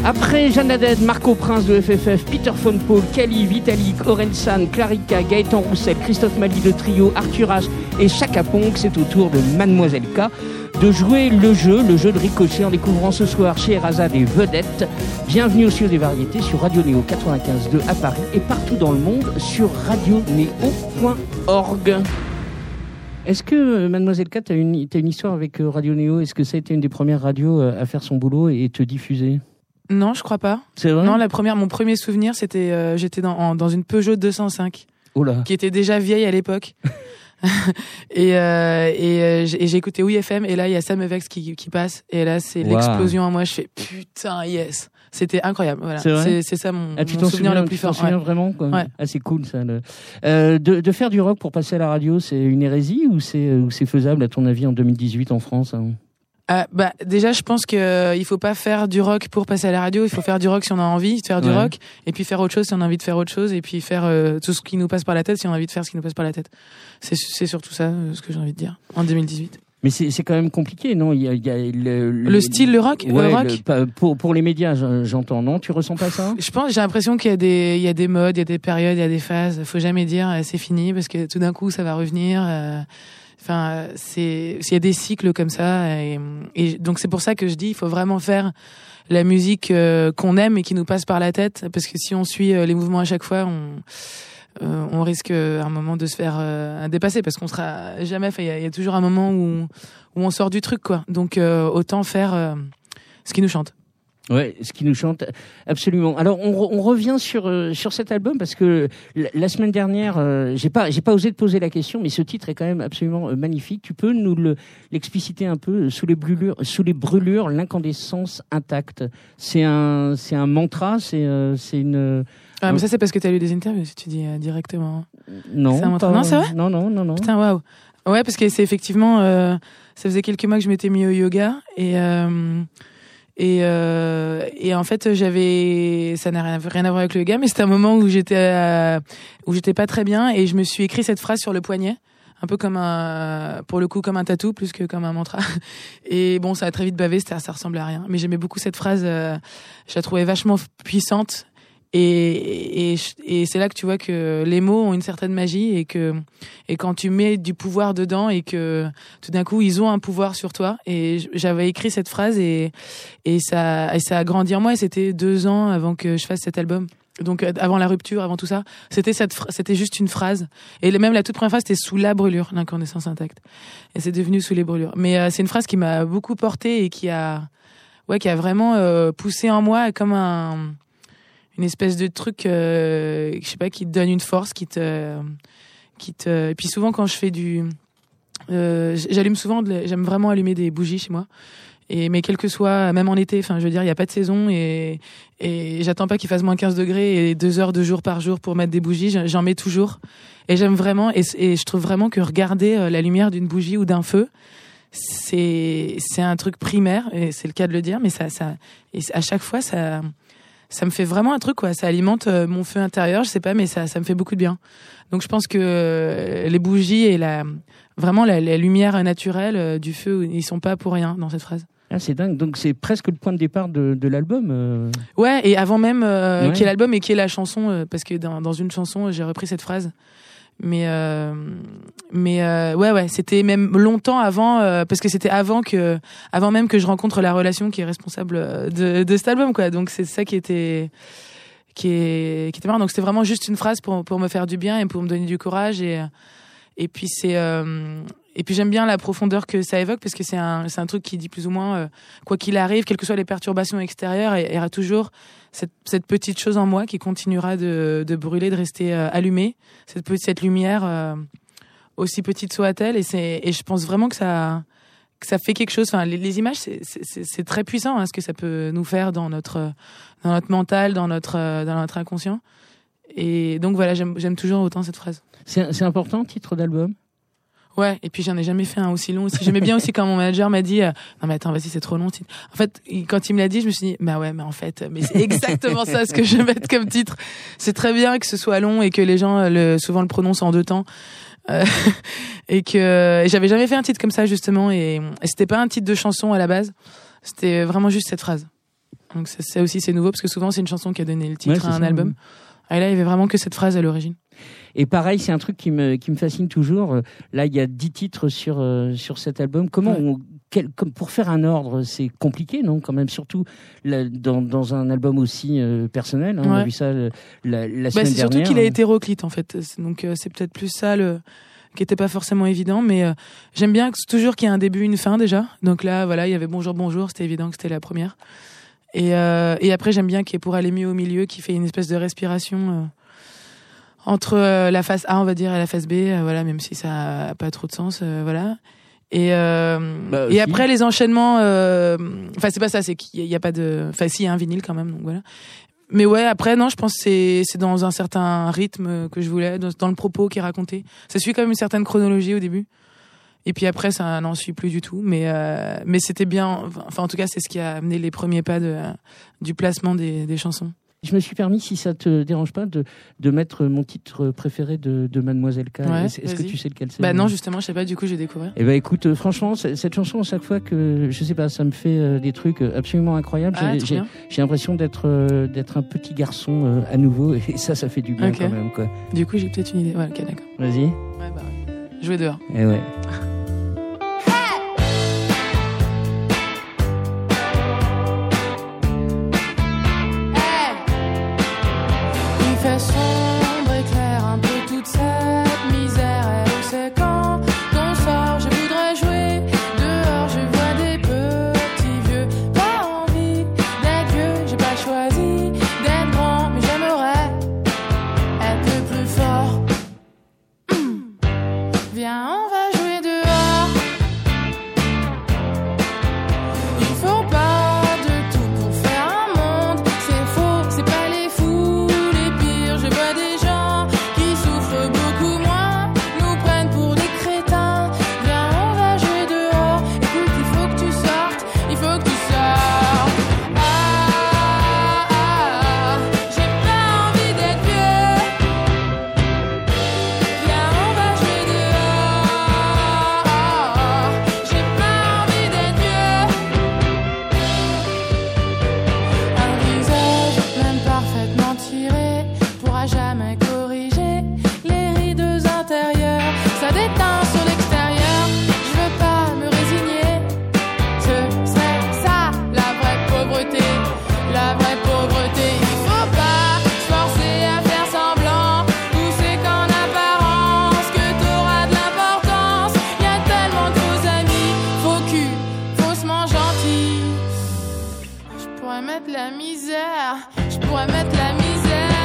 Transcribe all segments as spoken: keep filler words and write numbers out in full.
Après Jeanne Haddad, Marco Prince de F F F, Peter von Paul, Kali, Vitalik, Orelsan, Clarica, Gaëtan Roussel, Christophe Mali de Trio, Arthur H et Chaka Ponk, c'est au tour de Mademoiselle K de jouer le jeu, le jeu de Ricochet en découvrant ce soir Scheherazade et Vedette. Bienvenue au Studio des Variétés sur Radio Néo quatre-vingt-quinze point deux à Paris et partout dans le monde sur radio néo point org. Est-ce que, Mademoiselle K, tu as une, t'as une histoire avec Radio Néo? Est-ce que ça a été une des premières radios à faire son boulot et te diffuser? Non, je crois pas. C'est vrai? Non, la première, mon premier souvenir, c'était euh, j'étais dans, en, dans une Peugeot deux cent cinq, oh là. Qui était déjà vieille à l'époque. et, euh, et, euh, j'ai, et j'ai écouté Oui F M et là il y a Sam Vex qui, qui passe et là c'est wow. L'explosion en moi. Je fais putain yes, c'était incroyable. Voilà, c'est, c'est, c'est ça mon, ah, tu mon souvenir souviens, le plus fort. Tu t'en souviens ouais. vraiment quoi. Ouais. Ah c'est cool ça. Le... Euh, de, de faire du rock pour passer à la radio, c'est une hérésie ou c'est, ou c'est faisable à ton avis en deux mille dix-huit en France hein? Euh, bah déjà je pense que euh, il faut pas faire du rock pour passer à la radio, il faut faire du rock si on a envie de faire du ouais. rock et puis faire autre chose si on a envie de faire autre chose et puis faire euh, tout ce qui nous passe par la tête si on a envie de faire ce qui nous passe par la tête. C'est c'est surtout ça euh, ce que j'ai envie de dire en deux mille dix-huit. Mais c'est c'est quand même compliqué non, il y a il y a le, le, le style le rock, ouais, le rock le, pour pour les médias j'entends non, tu ressens pas ça? Je pense j'ai l'impression qu'il y a des il y a des modes, il y a des périodes, il y a des phases, faut jamais dire euh, c'est fini parce que tout d'un coup ça va revenir euh, Enfin, c'est, il y a des cycles comme ça, et, et donc c'est pour ça que je dis, il faut vraiment faire la musique euh, qu'on aime et qui nous passe par la tête, parce que si on suit euh, les mouvements à chaque fois, on, euh, on risque à un moment de se faire euh, dépasser, parce qu'on sera jamais. Enfin, il y, y a toujours un moment où, où on sort du truc, quoi. Donc euh, autant faire euh, ce qui nous chante. Ouais, ce qui nous chante, absolument. Alors on, re, on revient sur euh, sur cet album parce que la, la semaine dernière, euh, j'ai pas j'ai pas osé te poser la question, mais ce titre est quand même absolument euh, magnifique. Tu peux nous le, l'expliciter un peu? Sous les brûlures, sous les brûlures, l'incandescence intacte. C'est un c'est un mantra, c'est euh, c'est une. Ah mais ça c'est parce que t'as lu des interviews, si tu dis euh, directement. Non. C'est un mantra. Pas, non, c'est vrai? Non non non non. Putain waouh. Ouais parce que c'est effectivement, euh, ça faisait quelques mois que je m'étais mis au yoga et. Euh, Et, euh, et en fait, j'avais, ça n'a rien, rien à voir avec le yoga, mais c'était un moment où j'étais, euh, où j'étais pas très bien et je me suis écrit cette phrase sur le poignet, un peu comme un, pour le coup, comme un tatou plus que comme un mantra. Et bon, ça a très vite bavé, ça, ça ressemblait à rien. Mais j'aimais beaucoup cette phrase, euh, je la trouvais vachement puissante. Et, et, et c'est là que tu vois que les mots ont une certaine magie et que, et quand tu mets du pouvoir dedans et que tout d'un coup ils ont un pouvoir sur toi. Et j'avais écrit cette phrase et, et ça, et ça a grandi en moi et c'était deux ans avant que je fasse cet album. Donc avant la rupture, avant tout ça, c'était cette, c'était juste une phrase. Et même la toute première phrase, c'était sous la brûlure, l'incandescence intacte. Et c'est devenu sous les brûlures. Mais euh, c'est une phrase qui m'a beaucoup portée et qui a, ouais, qui a vraiment euh, poussé en moi comme un une espèce de truc euh, je sais pas, qui te donne une force, qui te qui te et puis souvent quand je fais du euh, j'allume souvent de, j'aime vraiment allumer des bougies chez moi et mais quel que soit, même en été, enfin je veux dire il y a pas de saison et et j'attends pas qu'il fasse moins quinze degrés et deux heures de jour par jour pour mettre des bougies, j'en mets toujours et j'aime vraiment et, et je trouve vraiment que regarder la lumière d'une bougie ou d'un feu, c'est c'est un truc primaire et c'est le cas de le dire, mais ça ça et à chaque fois ça ça me fait vraiment un truc, quoi. Ça alimente euh, mon feu intérieur, je sais pas, mais ça, ça me fait beaucoup de bien. Donc je pense que euh, les bougies et la, vraiment la, la lumière naturelle euh, du feu, ils sont pas pour rien dans cette phrase. Ah, c'est dingue. Donc c'est presque le point de départ de, de l'album. Euh... Ouais, et avant même euh, ouais. qu'il y ait l'album et qu'il y ait la chanson, euh, parce que dans, dans une chanson, j'ai repris cette phrase. Mais euh, mais euh, ouais ouais, c'était même longtemps avant, euh, parce que c'était avant que, avant même que je rencontre la relation qui est responsable de de cet album, quoi. Donc c'est ça qui était qui est qui était marrant. Donc c'était vraiment juste une phrase pour pour me faire du bien et pour me donner du courage et et puis c'est euh, et puis j'aime bien la profondeur que ça évoque parce que c'est un c'est un truc qui dit plus ou moins euh, quoi qu'il arrive, quelles que soient les perturbations extérieures, il y aura toujours cette cette petite chose en moi qui continuera de de brûler, de rester euh, allumée, cette petite cette lumière euh, aussi petite soit-elle, et c'est et je pense vraiment que ça que ça fait quelque chose. Enfin les, les images c'est c'est c'est très puissant, hein, ce que ça peut nous faire dans notre dans notre mental, dans notre dans notre inconscient. Et donc voilà, j'aime j'aime toujours autant cette phrase. C'est c'est important, titre d'album. Ouais, et puis j'en ai jamais fait un aussi long aussi. J'aimais bien aussi quand mon manager m'a dit euh, non mais attends, vas-y, c'est trop long. Titre. En fait, quand il me l'a dit, je me suis dit bah ouais, mais en fait, mais c'est exactement ça ce que je vais mettre comme titre. C'est très bien que ce soit long et que les gens le souvent le prononcent en deux temps. Euh, et que et j'avais jamais fait un titre comme ça justement, et, et c'était pas un titre de chanson à la base. C'était vraiment juste cette phrase. Donc ça, ça aussi c'est nouveau parce que souvent c'est une chanson qui a donné le titre ouais, à un ça, album. Oui. Et là il y avait vraiment que cette phrase à l'origine. Et pareil, c'est un truc qui me qui me fascine toujours. Là, il y a dix titres sur euh, sur cet album. Comment ouais. on quel, comme pour faire un ordre, c'est compliqué, non? Quand même, surtout là, dans dans un album aussi euh, personnel. Hein, ouais. On a vu ça la, la semaine bah, c'est dernière. Surtout qu'il est hétéroclite en fait. Donc euh, c'est peut-être plus ça le qui était pas forcément évident, mais euh, j'aime bien que, toujours qu'il y ait un début, une fin déjà. Donc là, voilà, il y avait Bonjour Bonjour, c'était évident que c'était la première. Et euh, et après, j'aime bien qu'il y ait Pour aller mieux au milieu, qui fait une espèce de respiration. Euh, entre euh, la face A, on va dire, et la face B, euh, voilà, même si ça a pas trop de sens, euh, voilà. Et euh, bah, et après les enchaînements, enfin euh, c'est pas ça, c'est qu'il y a pas de, enfin si, il y a un vinyle quand même, donc voilà. Mais ouais, après non, je pense que c'est c'est dans un certain rythme que je voulais, dans, dans le propos qui est raconté. Ça suit quand même une certaine chronologie au début. Et puis après, ça n'en suit plus du tout. Mais euh, mais c'était bien. Enfin, en tout cas, c'est ce qui a amené les premiers pas de du placement des des chansons. Je me suis permis, si ça te dérange pas, de, de mettre mon titre préféré de, de Mademoiselle K. Ouais, Est-ce, est-ce que tu sais lequel c'est? Bah non, justement, je sais pas, du coup, je vais découvrir. Eh ben, écoute, euh, franchement, cette chanson, à chaque fois que, je sais pas, ça me fait euh, des trucs absolument incroyables. Ah, j'ai, j'ai, j'ai l'impression d'être, euh, d'être un petit garçon euh, à nouveau, et ça, ça fait du bien okay. quand même, quoi. Du coup, j'ai peut-être une idée. Ouais, ok, d'accord. Vas-y. Ouais, bah ouais. Jouer dehors. Eh ouais. Sombre et clair, un peu toute cette misère. Elle sait quand on sort, je voudrais jouer. Dehors, je vois des petits vieux. Pas envie d'être vieux, j'ai pas choisi d'être grand, mais j'aimerais être le plus fort. Mmh. Viens, on va jouer dehors. Il faut pas de tout pour faire un monde. C'est faux, c'est pas les fous. Je vois des gens qui souffrent beaucoup moins, nous prennent pour des crétins. Viens, on va jouer dehors. Écoute, il faut que tu sortes, il faut que tu sortes. Ah, ah, ah, j'ai pas envie d'être vieux. Viens, on va jouer dehors. Ah, ah, j'ai pas envie d'être vieux. Un visage même parfaitement tiré pourra jamais corriger les rides intérieures. Ça déteint sur l'extérieur. Je veux pas me résigner. Ce serait ça la vraie pauvreté. La vraie pauvreté. Il faut pas se forcer à faire semblant. Tout c'est qu'en apparence que t'auras de l'importance. Y a tellement de faux amis, faux cul, faussement gentils. Je pourrais mettre la misère. Je pourrais mettre la misère.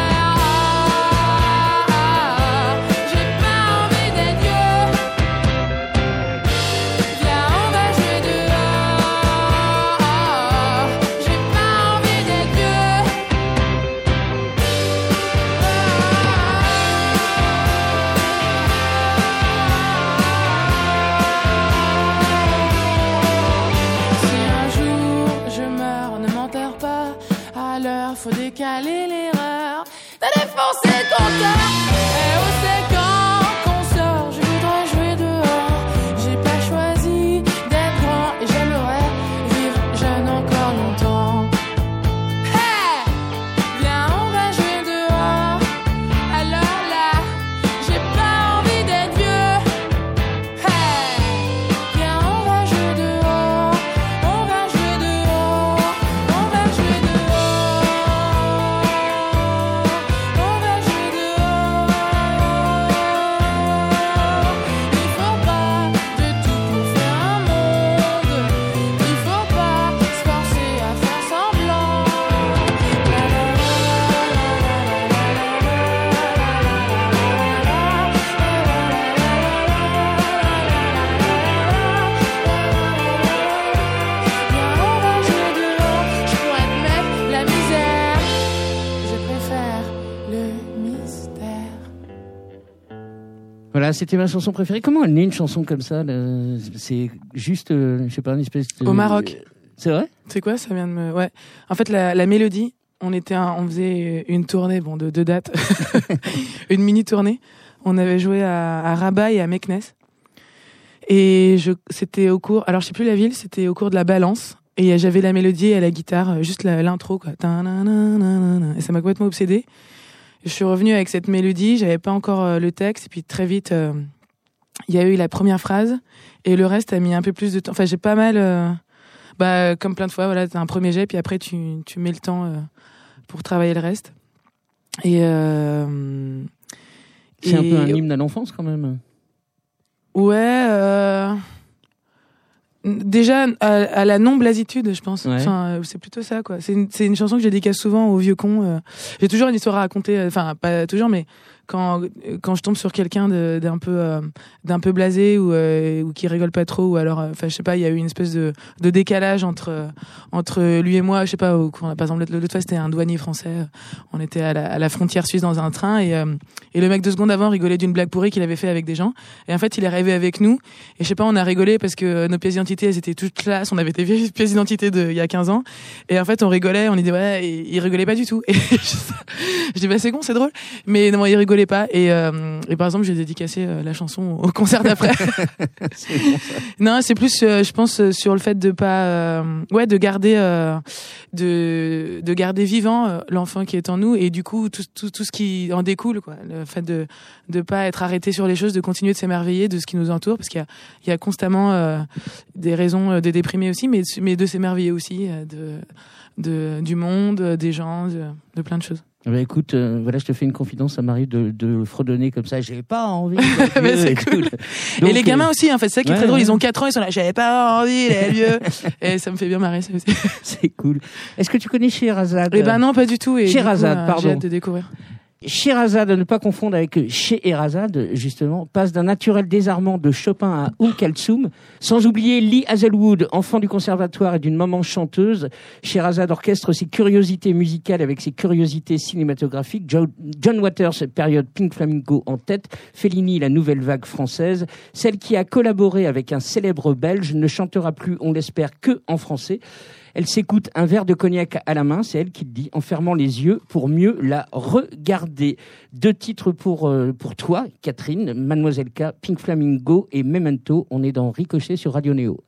Faut décaler l'erreur, t'as défoncé le compteur. Et où c'est quand qu'on sort, je voudrais jouer dehors. J'ai pas choisi d'être grand et j'aimerais vivre jeune encore longtemps. Hey, viens, on va jouer dehors. Alors là, j'ai pas envie d'être vieux. Hey, viens, on va jouer dehors. On va jouer dehors. On va jouer dehors. Voilà, c'était ma chanson préférée. Comment elle naît une chanson comme ça là? C'est juste, euh, je sais pas, une espèce de... Au Maroc. C'est vrai? C'est quoi? Ça vient de me... Ouais. En fait, la, la mélodie, on était, un, on faisait une tournée, bon, de deux dates, une mini tournée. On avait joué à, à Rabat et à Meknès. Et je, c'était au cours, alors je sais plus la ville, c'était au cours de la Balance. et j'avais la mélodie à la guitare, juste la, l'intro, quoi. Et ça m'a complètement obsédée. Je suis revenue avec cette mélodie, j'avais pas encore le texte, et puis très vite, il euh, y a eu la première phrase, et le reste a mis un peu plus de temps. Enfin, j'ai pas mal, euh, bah, comme plein de fois, voilà, t'as un premier jet, puis après, tu, tu mets le temps euh, pour travailler le reste. Et, euh, C'est et... un peu un hymne à l'enfance, quand même. Ouais, euh... déjà à, à la non-blasitude, je pense. Ouais. Enfin, c'est plutôt ça, quoi. C'est une, c'est une chanson que je dédicace souvent aux vieux cons. Euh... J'ai toujours une histoire à raconter. Enfin, pas toujours, mais quand quand je tombe sur quelqu'un de, d'un peu euh, d'un peu blasé ou euh, ou qui rigole pas trop, ou alors, enfin, euh, je sais pas, il y a eu une espèce de de décalage entre euh, entre lui et moi. Je sais pas. Ou, par exemple, l'autre fois, c'était un douanier français. On était à la, à la frontière suisse dans un train et euh, et le mec deux secondes avant rigolait d'une blague pourrie qu'il avait fait avec des gens. Et en fait, il est arrivé avec nous. Et je sais pas, on a rigolé parce que nos pièces d'identité, elles étaient toutes classes. On avait des vieilles pièces d'identité de il y a quinze ans. Et en fait, on rigolait. On disait ouais, et il rigolait pas du tout. Et je, je dis bah c'est con, c'est drôle. Mais non, il rigolait pas. Et, euh, et par exemple, j'ai dédicacé euh, la chanson au concert d'après. C'est bon, ça. Non, c'est plus, euh, je pense, sur le fait de pas, euh, ouais, de garder, euh, de de garder vivant euh, l'enfant qui est en nous, et du coup tout tout tout ce qui en découle, quoi. Le fait de de pas être arrêté sur les choses, de continuer de s'émerveiller de ce qui nous entoure, parce qu'il y a il y a constamment euh, des raisons de déprimer aussi, mais mais de s'émerveiller aussi euh, de de du monde, des gens, de, de plein de choses. Bah écoute, euh, voilà, je te fais une confidence, ça m'arrive de, de fredonner comme ça, j'ai pas envie. Vieux, c'est cool. Donc, et les gamins euh... aussi, en fait, c'est ça qui est ouais, très drôle, ouais. Ils ont quatre ans, ils sont là, j'avais pas envie, les vieux. Et ça me fait bien marrer, ça aussi. C'est cool. Est-ce que tu connais Scheherazade? Eh ben non, pas du tout. Et Scheherazade, coup, euh, pardon. J'ai hâte de découvrir. Scheherazade, à ne pas confondre avec Scheherazade, justement, passe d'un naturel désarmant de Chopin à Oum Kalthoum, sans oublier Lee Hazelwood, enfant du conservatoire et d'une maman chanteuse. Scheherazade orchestre ses curiosités musicales avec ses curiosités cinématographiques. John Waters, période Pink Flamingo en tête, Fellini, la nouvelle vague française. Celle qui a collaboré avec un célèbre Belge ne chantera plus, on l'espère, que en français. Elle s'écoute un verre de cognac à la main, c'est elle qui le dit, en fermant les yeux pour mieux la regarder. Deux titres pour, euh, pour toi, Catherine, Mademoiselle K, Pink Flamingo et Memento. On est dans Ricochet sur Radio Néo.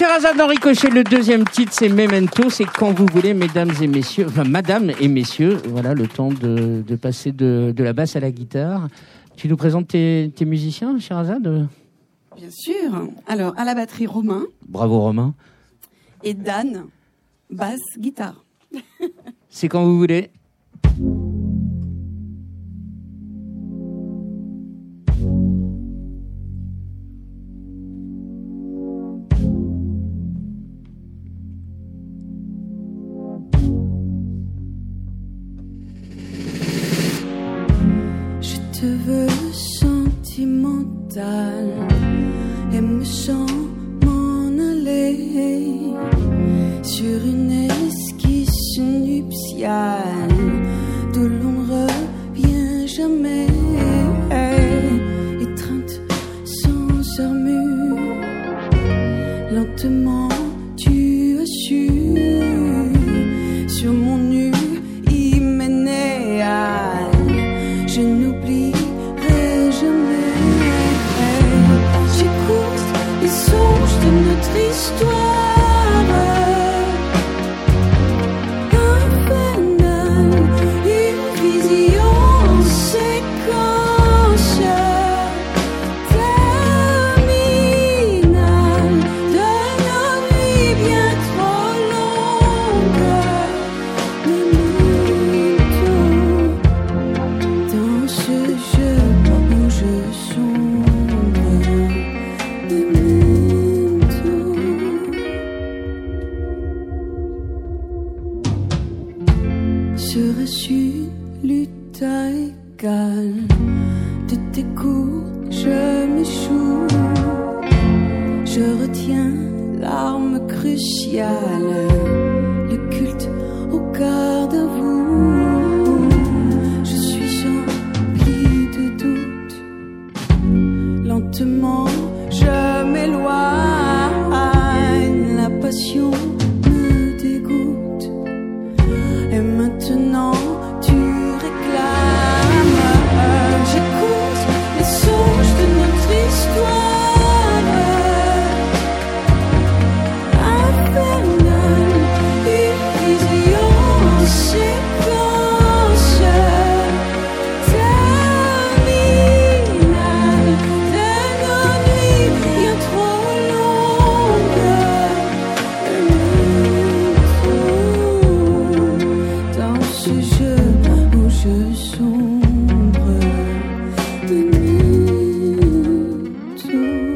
Sherazade d'Henri Cochet, le deuxième titre, c'est Memento. C'est quand vous voulez, mesdames et messieurs, enfin, madame et messieurs, voilà, le temps de, de passer de, de la basse à la guitare. Tu nous présentes tes, tes musiciens, Sherazade? Bien sûr. Alors, à la batterie, Romain. Bravo, Romain. Et Dan, basse, guitare. C'est quand vous voulez. Je veux sentimental et me sens m'en aller sur une esquisse nuptiale d'où l'on ne revient jamais, étreinte sans armure. Lentement tu as su sur mon nu hyménéal. Je n'oublierai jamais. J'écoute les songes de notre histoire infernale, une vision en séquence terminale de nos nuits bien trop longues. Memento. Dans ce jeu où je sombre, Memento. Serait-ce une lutte égale? De tes coups, je m'échoue. Je retiens l'arme cruciale, le culte au garde à vous. Je suis empli de doutes. Lentement, je m'éloigne. La passion me dégoûte. Et maintenant, tu réclames. J'écoute les songes de notre histoire infernale, une vision en séquence terminale de nos nuits bien trop longues. Dans ce jeu où je sombre, Memento.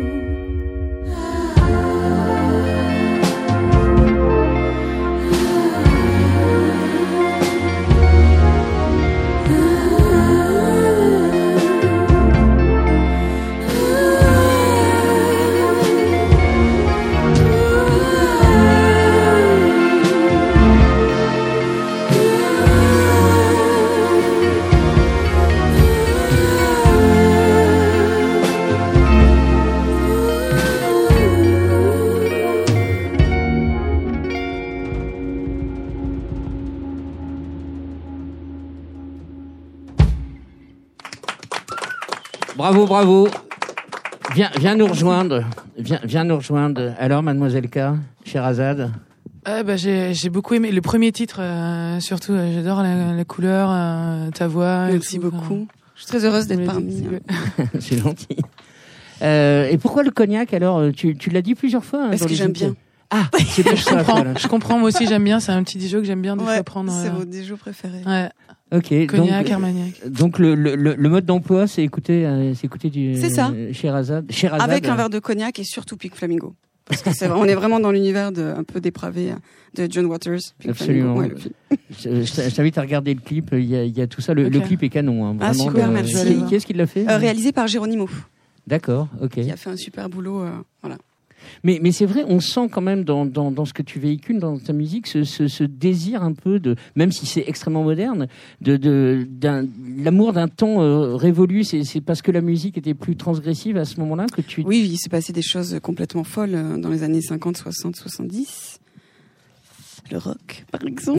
Bravo, bravo. Viens, viens nous rejoindre. Viens, viens nous rejoindre. Alors, Mademoiselle K, Sherazade. Ah bah j'ai j'ai beaucoup aimé le premier titre, euh, surtout euh, j'adore la, la couleur, euh, ta voix. Merci et tout, beaucoup. enfin, Je suis très heureuse d'être mais- parmi. C'est gentil. Euh, et pourquoi le cognac alors? Tu, tu l'as dit plusieurs fois. Hein, Parce dans que les j'aime interviews. bien. Ah, c'est pour Je ça. comprends, Voilà. je comprends, moi aussi j'aime bien, c'est un petit Dijon que j'aime bien des Ouais, fois prendre. c'est euh, vos Dijon préférés. Ouais, Ok. cognac, donc, Armagnac. donc le, le, le le mode d'emploi, c'est écouter, euh, c'est écouter du. C'est ça. euh, Sherazade. Sherazade. Avec un verre de cognac et surtout Pink Flamingo. Parce que c'est, on est vraiment dans l'univers de, un peu dépravé de John Waters. Pink Absolument. Flamingo. Ouais, le film. Je, je t'invite à regarder le clip. Il y a, il y a tout ça. Le, Ok. le clip est canon. Hein, Ah, vraiment, super, de- merci. Qui, qui est-ce qui l'a fait? Euh, réalisé par Geronimo, D'accord. Ok. qui a fait un super boulot. Euh, voilà. Mais, mais c'est vrai, on sent quand même dans, dans, dans ce que tu véhicules, dans ta musique, ce, ce, ce désir un peu de, même si c'est extrêmement moderne, de, de, d'un, l'amour d'un temps euh, révolu. C'est, c'est parce que la musique était plus transgressive à ce moment-là que tu. Oui, il s'est passé des choses complètement folles euh, dans les années cinquante, soixante, soixante-dix. Le rock, par exemple.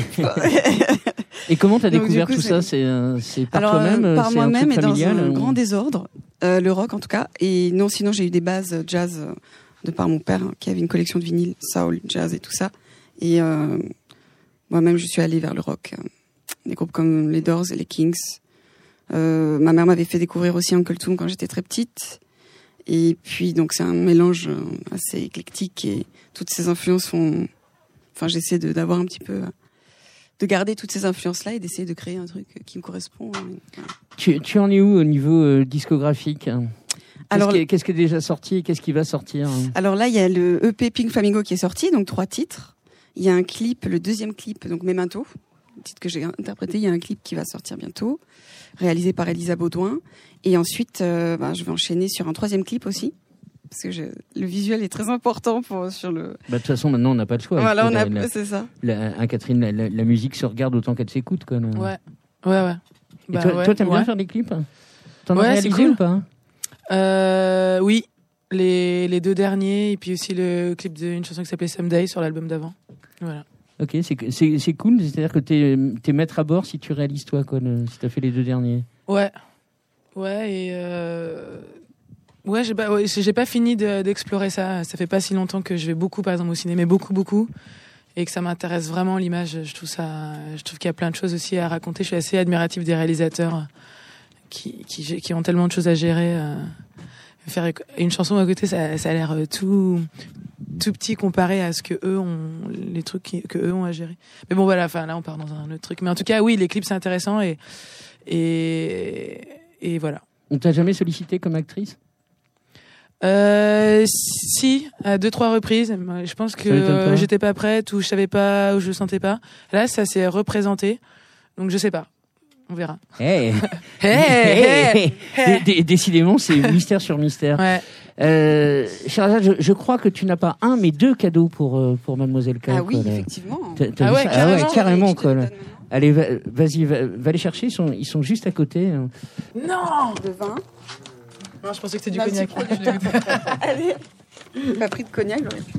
Et comment t'as Donc, découvert du coup, tout c'est- ça? C'est, euh, c'est par Alors, toi-même? euh, par c'est un moi-même truc et dans familial, un ou- grand désordre. Euh, le rock, en tout cas. Et non, sinon, j'ai eu des bases jazz euh, de par mon père, qui avait une collection de vinyles, soul, jazz et tout ça. Et euh, moi-même, je suis allée vers le rock. Des groupes comme les Doors et les Kings. Euh, ma mère m'avait fait découvrir aussi Uncle Tom quand j'étais très petite. Et puis, donc, c'est un mélange assez éclectique et toutes ces influences font... Enfin, j'essaie de, d'avoir un petit peu... de garder toutes ces influences-là et d'essayer de créer un truc qui me correspond. Tu, tu en es où au niveau euh, discographique ? Qu'est-ce, alors, qui, qu'est-ce qui est déjà sorti et qu'est-ce qui va sortir ? Alors là, il y a le E P Pink Flamingo qui est sorti, donc trois titres. Il y a un clip, le deuxième clip, donc Memento, le titre que j'ai interprété. Il y a un clip qui va sortir bientôt, réalisé par Elisa Baudouin. Et ensuite, euh, bah, je vais enchaîner sur un troisième clip aussi, parce que je, le visuel est très important pour sur le. Bah de toute façon, maintenant, on n'a pas le choix. Voilà, on la, a, la, c'est ça. La, hein, Catherine, la, la, la musique se regarde autant qu'elle s'écoute, quoi. Là. Ouais, ouais, ouais. Et bah, toi, ouais, toi, t'aimes ouais. bien faire des clips ? T'en Ouais, as c'est réalisé cool. ou pas ? Euh, oui, les, les deux derniers, et puis aussi le clip d'une chanson qui s'appelait Someday sur l'album d'avant. Voilà. Ok, c'est, c'est, c'est cool, c'est-à-dire que t'es, t'es maître à bord si tu réalises toi, quoi, le, si t'as fait les deux derniers. Ouais, ouais, et euh... ouais, j'ai pas, ouais, j'ai pas fini de, d'explorer ça. Ça fait pas si longtemps que je vais beaucoup, par exemple, au cinéma, mais beaucoup, beaucoup, et que ça m'intéresse vraiment l'image. Je trouve ça, je trouve qu'il y a plein de choses aussi à raconter. Je suis assez admirative des réalisateurs qui, qui, qui ont tellement de choses à gérer. Euh... Faire une chanson à côté, ça, ça a l'air tout, tout petit comparé à ce que eux ont, les trucs qui, que eux ont à gérer. Mais bon, voilà, enfin, là, on part dans un autre truc. Mais en tout cas, oui, les clips, c'est intéressant et, et, et voilà. On t'a jamais sollicité comme actrice ? Euh, si, à deux, trois reprises. Je pense que euh, j'étais pas prête ou je savais pas ou je le sentais pas. Là, ça s'est représenté. Donc, je sais pas. On verra. Hey. Hey, hey. D- d- décidément, c'est mystère sur mystère. Ouais. Euh, Sherazade, je, je crois que tu n'as pas un, mais deux cadeaux pour euh, pour Mademoiselle K. Ah oui, quoi, effectivement. T'as, t'as Ah, ouais, ah ouais, carrément. carrément, Je te quoi. le Là. donne maintenant. Allez, va, vas-y, va, va les chercher. Ils sont, ils sont juste à côté. Non. De vin. Non, je pensais que c'était du Non, cognac. c'est Allez. Pas pris de cognac, j'aurais pu.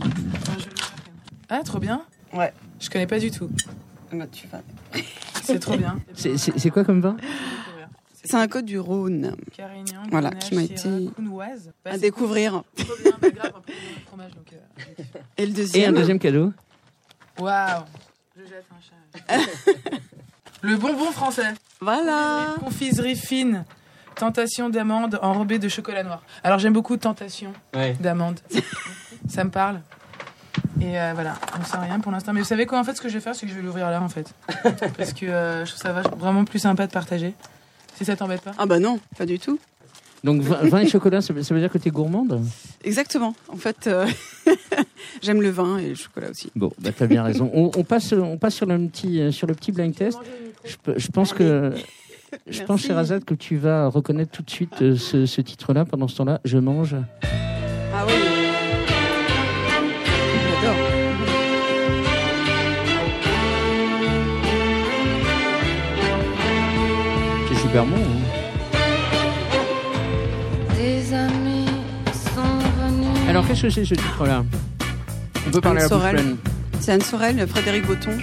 Ah, trop bien. Ouais. Je connais pas du tout. Bah, tu vas. C'est trop bien. C'est, c'est, c'est quoi comme vin ? C'est un code du Rhône. Carignan, Voilà, Grenache, qui m'a Syrah, été Counoise. Bah, à c'est découvrir. cool. Trop bien, bah, grave, un peu de fromage. Donc, euh... Et le Et deuxième. un deuxième cadeau. Waouh. Je jette un chat. Le bonbon français. Voilà. Confiserie fine. Tentation d'amande enrobée de chocolat noir. Alors j'aime beaucoup Tentation Ouais. d'amande. Ça me parle. Et euh, voilà, on ne sait rien pour l'instant. Mais vous savez quoi, en fait, ce que je vais faire, c'est que je vais l'ouvrir là, en fait. Parce que euh, je trouve ça vach- vraiment plus sympa de partager. Si ça t'embête pas. Ah bah non, pas du tout. Donc vin, vin et chocolat, ça veut, ça veut dire que t'es gourmande ? Exactement. En fait, euh, j'aime le vin et le chocolat aussi. Bon, bah t'as bien raison. On, on passe, on passe sur le petit, euh, sur le petit blind test. Je, pe- je pense que, je pense, Merci. Sherazade, que tu vas reconnaître tout de suite euh, ce, ce titre-là. Pendant ce temps-là, je mange. Ah oui. J'adore. C'est super bon. Hein. Des amis sont venus. Alors, qu'est-ce que c'est ce titre-là ? On peut parler à la bouche Sorel. pleine. C'est Anne Sorel, Frédéric Botton.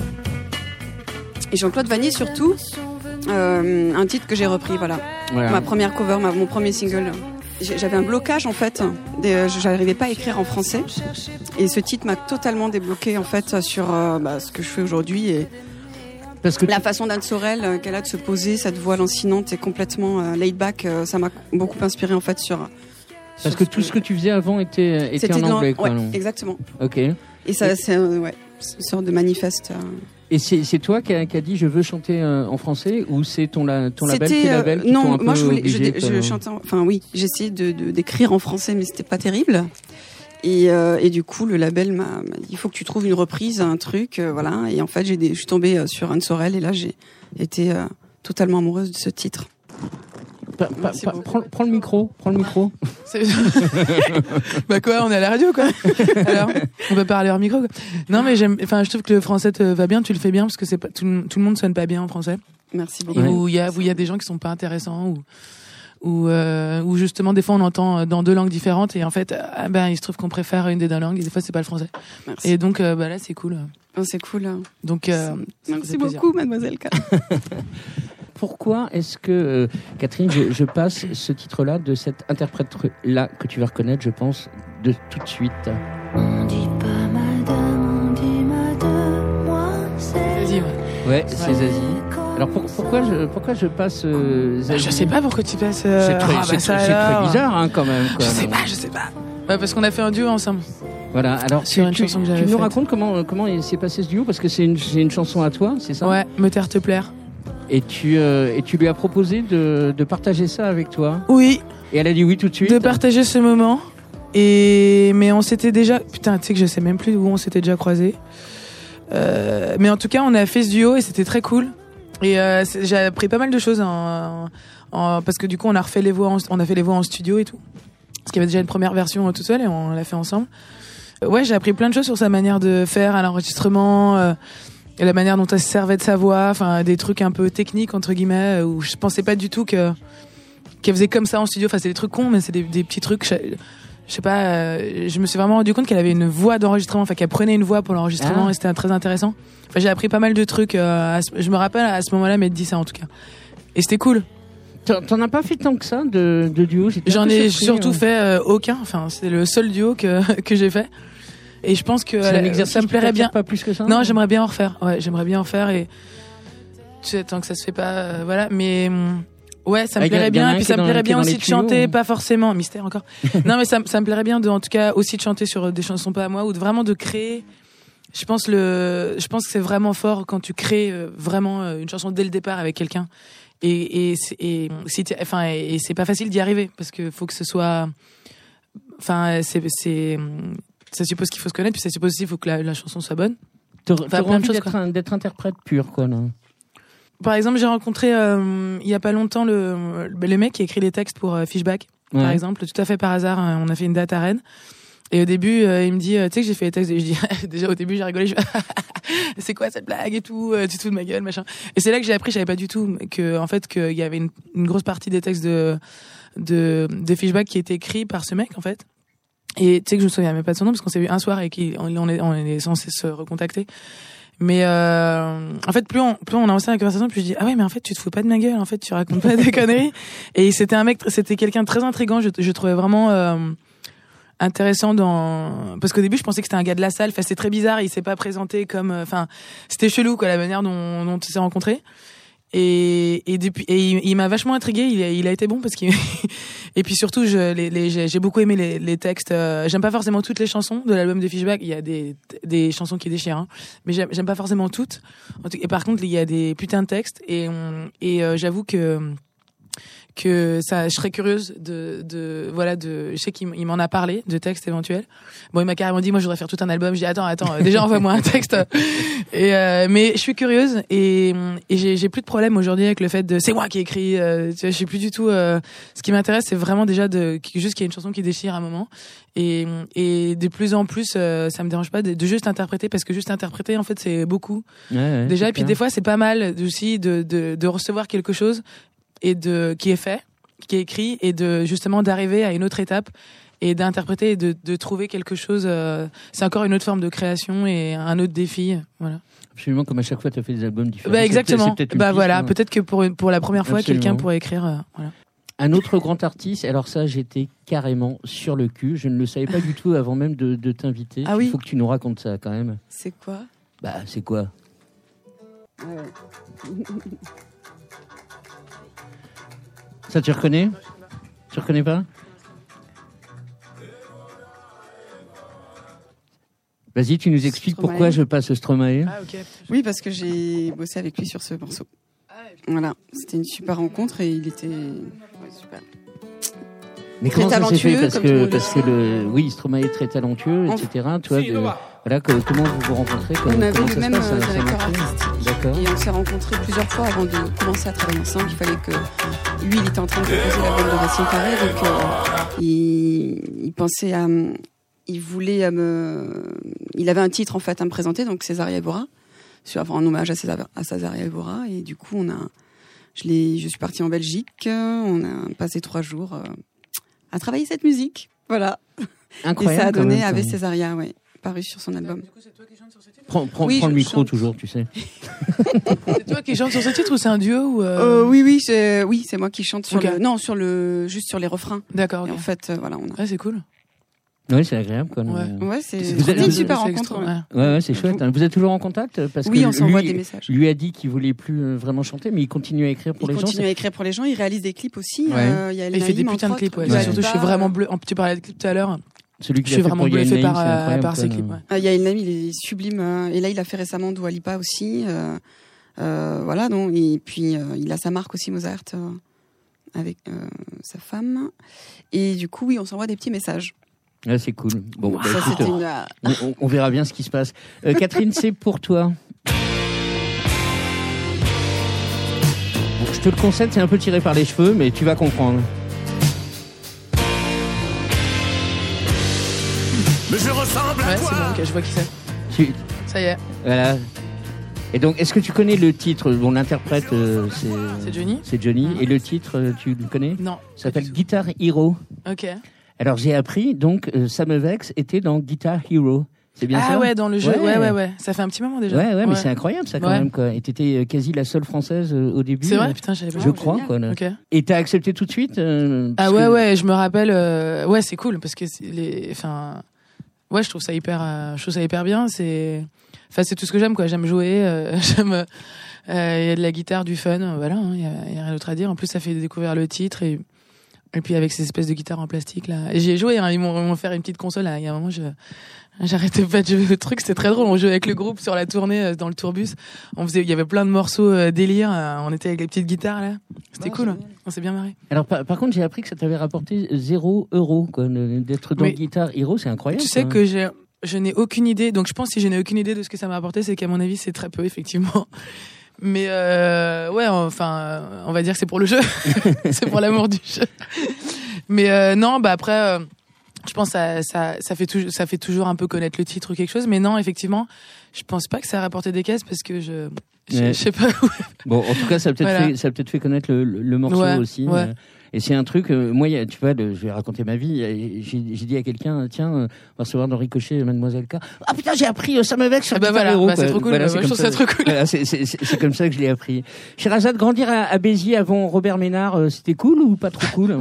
Et Jean-Claude Vanier surtout. Euh, un titre que j'ai repris, voilà. Voilà. Ma première cover, ma- mon premier single. J'ai- J'avais un blocage en fait. Des- Je n'arrivais pas à écrire en français. Et ce titre m'a totalement débloqué en fait sur euh, bah, ce que je fais aujourd'hui. Et Parce que la façon d'Anne Sorel euh, qu'elle a de se poser, cette voix lancinante et complètement euh, laid back, euh, ça m'a beaucoup inspiré en fait sur. Parce sur que tout ce que tu faisais avant était, était C'était en de l'an- anglais, quoi. ouais, non exactement. Ok. Et ça, c'est euh, ouais, c'est une sorte de manifeste. euh. Et c'est, c'est toi qui a, qui a dit je veux chanter euh, en français ou c'est ton, la, ton label, tes C'était, euh, labels qui non, t'ont un moi peu je voulais, je, obligé, dé- quoi, je non chantais, en- enfin oui, j'ai essayé de, de- d'écrire en français, mais c'était pas terrible. Et, euh, et du coup, le label m'a, m'a dit il faut que tu trouves une reprise, un truc, euh, voilà. Et en fait, j'ai des, je suis tombée euh, sur Anne Sorel et là, j'ai été euh, totalement amoureuse de ce titre. Pa- pa- Merci pa- beaucoup. prends, prends le micro, prends le micro. C'est- bah quoi, on est à la radio quoi. Alors, on peut parler hors micro quoi. Non mais j'aime, enfin je trouve que le français te va bien, tu le fais bien parce que c'est pas tout, le- tout le monde sonne pas bien en français. Merci Et beaucoup. Ouais. où il y a où il y a des gens qui sont pas intéressants ou ou euh, ou justement des fois on entend dans deux langues différentes et en fait ah ben il se trouve qu'on préfère une des deux langues et des fois c'est pas le français. Merci. Et donc euh, bah là c'est cool. Oh, c'est cool. hein. Donc euh, ça fait Merci plaisir. beaucoup, Mademoiselle K. pourquoi est-ce que, euh, Catherine, je, je passe ce titre-là de cette interprète-là que tu vas reconnaître, je pense, de tout de suite. On dit pas madame, on dit madame, moi c'est... Vas-y, ouais. Ouais, c'est Zazie. Alors pour, pourquoi, je, pourquoi je passe euh, Zazie? Je sais pas pourquoi tu passes... Euh... C'est très, ah, c'est, bah, ça, c'est alors. très bizarre, hein, quand même. Quoi, je sais non. pas, je sais pas. Bah, parce qu'on a fait un duo ensemble. Voilà, alors Sur tu, une tu, chanson que j'avais tu nous faite. racontes comment, comment il s'est passé ce duo? Parce que c'est une, c'est une chanson à toi, c'est ça? Ouais, Me taire te plaire. Et tu, euh, et tu lui as proposé de, de partager ça avec toi? Oui. Et elle a dit oui tout de suite? De partager ce moment. Et mais on s'était déjà... Putain, tu sais que je sais même plus où on s'était déjà croisés. Euh... Mais en tout cas, on a fait ce duo et c'était très cool. Et euh, j'ai appris pas mal de choses en... en... parce que du coup, on a refait les voix, en... on a fait les voix en studio et tout. Parce qu'il y avait déjà une première version toute seule et on l'a fait ensemble. Ouais, j'ai appris plein de choses sur sa manière de faire à l'enregistrement, euh, et la manière dont elle se servait de sa voix, enfin des trucs un peu techniques entre guillemets où je pensais pas du tout que qu'elle faisait comme ça en studio. Enfin, c'est des trucs cons, mais c'est des, des petits trucs. Je, je sais pas. Euh, je me suis vraiment rendu compte qu'elle avait une voix d'enregistrement, enfin qu'elle prenait une voix pour l'enregistrement ah. et c'était très intéressant. Enfin, j'ai appris pas mal de trucs. Euh, à ce, je me rappelle à ce moment-là m'être dit ça en tout cas. Et c'était cool. T'en, t'en as pas fait tant que ça de, de duo? J'étais J'en ai surpris, surtout ouais. fait euh, aucun. Enfin, c'est le seul duo que que j'ai fait. Et je pense que euh, ça me plairait bien. Pas plus que ça. Non, j'aimerais bien en refaire. Ouais, j'aimerais bien en faire et tu sais, tant que ça se fait pas, euh, voilà. Mais ouais, ça me Avec plairait un- bien. un Et puis qui ça est me dans- plairait qui est bien dans aussi les de tuyaux, chanter, ouais. pas forcément mystère encore. Non, mais ça, ça me plairait bien de, en tout cas, aussi de chanter sur des chansons pas à moi ou de vraiment de créer. Je pense le, je pense que c'est vraiment fort quand tu crées euh, vraiment euh, une chanson dès le départ avec quelqu'un. Et et c'est, et si t'es- enfin et, et c'est pas facile d'y arriver parce que faut que ce soit, enfin c'est c'est ça suppose qu'il faut se connaître puis ça suppose aussi qu'il faut que la, la chanson soit bonne. T'aurais, Enfin, t'aurais plein de envie choses, d'être, quoi. un, d'être interprète pur, quoi, là. Par exemple, j'ai rencontré euh, il y a pas longtemps le le mec qui a écrit les textes pour euh, Fishback, Ouais. par exemple, tout à fait par hasard. euh, On a fait une date à Rennes. Et au début, euh, il me dit, euh, tu sais que j'ai fait les textes. Et je dis, déjà au début, j'ai rigolé. Je fais, c'est quoi cette blague et tout, euh, tu te fous de ma gueule, machin. Et c'est là que j'ai appris, je savais pas du tout que, en fait, qu'il y avait une, une grosse partie des textes de de de Fishback qui étaient écrits par ce mec, en fait. Et tu sais que je me souviens même pas de son nom parce qu'on s'est vu un soir et qu'on on est on est censé se recontacter. Mais euh, en fait, plus on plus on a lancé la conversation, plus je dis ah ouais mais en fait tu te fous pas de ma gueule, en fait tu racontes pas des conneries. Et c'était un mec, c'était quelqu'un de très intriguant. Je, je trouvais vraiment euh, intéressant dans parce qu'au début je pensais que c'était un gars de la salle. Enfin c'est très bizarre, il s'est pas présenté comme, enfin c'était chelou quoi la manière dont dont on s'est rencontrés. Et et depuis et il, il m'a vachement intrigué. Il a, il a été bon parce qu'il et puis surtout je les, les j'ai, j'ai beaucoup aimé les, les textes. Euh, j'aime pas forcément toutes les chansons de l'album de Fishback. Il y a des des chansons qui déchirent, hein, mais j'aime, j'aime pas forcément toutes. Et par contre il y a des putains de textes et on, et euh, j'avoue que que ça, je serais curieuse de, de, voilà, de, je sais qu'il il m'en a parlé de textes éventuels. Bon, il m'a carrément dit, moi, je voudrais faire tout un album. J'ai dit, attends, attends, euh, déjà, envoie-moi un texte. Et, euh, mais je suis curieuse et, et j'ai, j'ai plus de problème aujourd'hui avec le fait de, c'est moi qui ai écrit, euh, tu vois, je suis plus du tout, euh, ce qui m'intéresse, c'est vraiment déjà de, juste qu'il y ait une chanson qui déchire à un moment. Et, et de plus en plus, euh, ça me dérange pas de, de juste interpréter parce que juste interpréter, en fait, c'est beaucoup. Ouais, ouais, Déjà, c'est et puis clair. des fois, c'est pas mal aussi de, de, de recevoir quelque chose et de qui est fait, qui est écrit, et de justement d'arriver à une autre étape et d'interpréter et de, de trouver quelque chose. Euh, c'est encore une autre forme de création et un autre défi. Voilà. Absolument, comme à chaque fois tu as fait des albums différents. Bah C'est exactement. peut-être- c'est peut-être une Bah piste, voilà. hein. Peut-être que pour une- pour la première fois, Absolument. quelqu'un pourrait écrire. Euh, voilà. Un autre grand artiste, alors ça j'étais carrément sur le cul, je ne le savais pas du tout avant même de, de t'inviter. Ah Il oui. faut que tu nous racontes ça quand même. C'est quoi? Bah c'est quoi? Ça tu reconnais? Tu reconnais pas? Vas-y, tu nous expliques Stromae. pourquoi je passe Stromae. Ah ok. Oui, parce que j'ai bossé avec lui sur ce morceau. Voilà, c'était une super rencontre et il était ouais, super. Mais Très comment ça s'est fait? talentueux, Parce comme tout le que monde parce le que le oui Stromae est très talentueux, et cetera. Toi, de, voilà, que, comment vous vous rencontrez? Comment, On avait comment le ça se même passe, euh, ça- ça directeur marche? artistique. D'accord. Et on s'est rencontrés plusieurs fois avant de commencer à travailler ensemble. Il fallait que lui, il était en train de composer l'album de Racine Carré, donc euh, il, il pensait à, il voulait à me, il avait un titre en fait à me présenter, donc Césaria Evora, sur en hommage à César, à Césaria Evora, et du coup on a, je l'ai, je suis partie en Belgique, on a passé trois jours euh, à travailler cette musique, voilà. Incroyable. Et ça a quand donné même, Ave ça. Césaria, ouais. paru sur son album. Du coup, c'est toi qui chantes sur ce titre Prends, prends, Oui, prends le je micro chante. toujours, tu sais. C'est toi qui chantes sur ce titre ou c'est un duo ou euh... Euh, oui, oui, c'est, oui, c'est moi qui chante sur Ok. le, non, sur le, juste sur les refrains. D'accord, Et ok. en fait, euh, voilà, on a. Ouais, c'est cool. Oui, c'est agréable. Quoi, Ouais. non Ouais, c'est, Vous c'était êtes- une vous- super c'est rencontre. extra- ouais. ouais. Ouais, ouais, c'est chouette. Hein. Vous êtes toujours en contact parce Oui, que on s'envoie lui, des messages. lui a dit qu'il voulait plus euh, vraiment chanter, mais il continue à écrire pour Il les continue gens. à écrire pour les gens, il réalise des clips aussi. Ouais. euh, Il y a Et il fait des Naïm, putains de entre clips, ouais. autres. Ouais. Surtout, je suis Alba, vraiment euh, bleu. Tu parlais de clips tout à l'heure. Celui Je qui suis a fait vraiment pour bluffé Yael par, Naïm, c'est euh, incroyable, par quoi, ces non. clips. Ouais. Ah, il y a Naïm, il est sublime. euh, Et là, il a fait récemment Dua Lipa aussi. euh, euh, Voilà, donc, et puis euh, il a sa marque aussi, Mozart, euh, avec euh, sa femme. Et du coup, oui, on s'envoie des petits messages. Ouais, c'est cool. Bon, bah, Ça, écoute, c'était une... euh, on, on- on verra bien ce qui se passe. Euh, Catherine, c'est pour toi. Bon, je te le concède, c'est un peu tiré par les cheveux, mais tu vas comprendre. Mais je ressemble à Ouais, c'est toi. bon, ok, je vois qui c'est. Tu- Ça y est, voilà. Et donc, est-ce que tu connais le titre? Bon, l'interprète, euh, c'est... c'est Johnny. C'est Johnny. Mhm. Et le titre, euh, tu le connais? Non. Ça s'appelle Guitar Hero. Ok. Alors, j'ai appris, donc, euh, Sam Vex était dans Guitar Hero. C'est bien ça? Ah ouais, dans le jeu. Ouais. Ouais, ouais, ouais. Ça fait un petit moment déjà. Ouais, ouais, mais c'est incroyable, ça, quand Ouais. même, quoi. Et t'étais euh, quasi la seule française euh, au début. C'est vrai, euh, putain, j'avais pas. Je Oh, crois, génial. quoi. là. Ok. Et t'as accepté tout de suite euh, parce Ah ouais, que- ouais, je me rappelle. euh, Ouais, c'est cool parce que c'est les. Enfin. Ouais, je trouve ça hyper. euh, Je trouve ça hyper bien. C'est. Enfin, c'est tout ce que j'aime, quoi. J'aime jouer. euh, J'aime. euh, Il y a de la guitare, du fun. euh, Voilà, il y, a, y a rien d'autre à dire. En plus, ça fait découvrir le titre et. Et puis avec ces espèces de guitares en plastique là. Et j'y ai joué, hein, ils m'ont ils m'ont fait une petite console là. Il y a un moment, je j'arrêtais pas de jouer au truc, c'était très drôle. On jouait avec le groupe sur la tournée euh, dans le tourbus. On faisait, il y avait plein de morceaux euh, délire. euh, On était avec les petites guitares là. C'était Ouais, cool. génial. On s'est bien marré. Alors, par, par contre, j'ai appris que ça t'avait rapporté zéro euro, quoi. le- D'être dans Mais- Guitar Hero, c'est incroyable. Tu sais quoi. que j'ai, je n'ai aucune idée. Donc je pense que si je n'ai aucune idée de ce que ça m'a apporté, c'est qu'à mon avis c'est très peu effectivement. Mais euh, ouais, enfin, euh, on va dire que c'est pour le jeu, c'est pour l'amour du jeu. Mais euh, non, bah après, euh, je pense que ça, ça, ça fait toujours, ça fait toujours un peu connaître le titre ou quelque chose. Mais non, effectivement, je pense pas que ça a rapporté des caisses parce que je, je, Ouais. je sais pas. Où... Bon, en tout cas, ça a peut-être Voilà. fait, ça a peut-être fait connaître le, le, le morceau Ouais, aussi. ouais. euh, Et c'est un truc, euh, moi, il y a- tu vois, le- je vais raconter ma vie. euh, J'ai j'ai dit à quelqu'un, tiens, euh, on va recevoir dans Ricochet, Mademoiselle K. Ah putain, j'ai appris euh, Sam Vex sur Ah bah Guitar voilà, Hero, bah c'est quoi. trop cool, Voilà, bah c'est moi, je comme trouve ça trop cool. Voilà, c'est- c'est c'est- c'est comme ça que je l'ai appris. Sherazade, grandir à, à Béziers avant Robert Ménard, euh, c'était cool ou pas trop cool?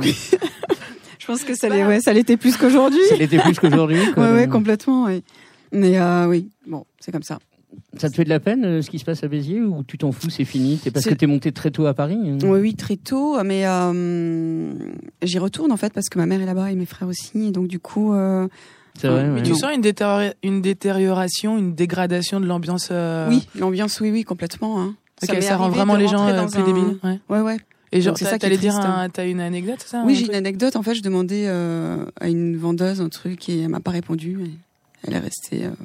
Je pense que ça l'est, ouais, ça l'était plus qu'aujourd'hui. Ça l'était plus qu'aujourd'hui, quoi. Ouais, ouais, complètement, ouais. Mais euh, oui, bon, c'est comme ça. Ça te fait de la peine, euh, ce qui se passe à Béziers, ou tu t'en fous, c'est fini? C'est parce C'est- que t'es monté très tôt à Paris? hein Oui, oui, très tôt, mais euh, j'y retourne en fait parce que ma mère est là-bas et mes frères aussi, et donc du coup. Euh, C'est vrai, Mais ouais. Tu Non. sens une, détériora- une détérioration, une dégradation de l'ambiance. euh, Oui, l'ambiance, oui, oui, complètement. Hein. Ok, m'est ça, rend arrivé vraiment de les gens rentrer euh, dans plus un- débiles. Ouais. Ouais, ouais. Et genre, Donc, c'est t'as- ça qui t'allais est dire, triste, hein. un- t'as une anecdote, c'est ça? Oui, un j'ai une truc anecdote. En fait, je demandais euh, à une vendeuse un truc et elle m'a pas répondu. Et elle est restée euh,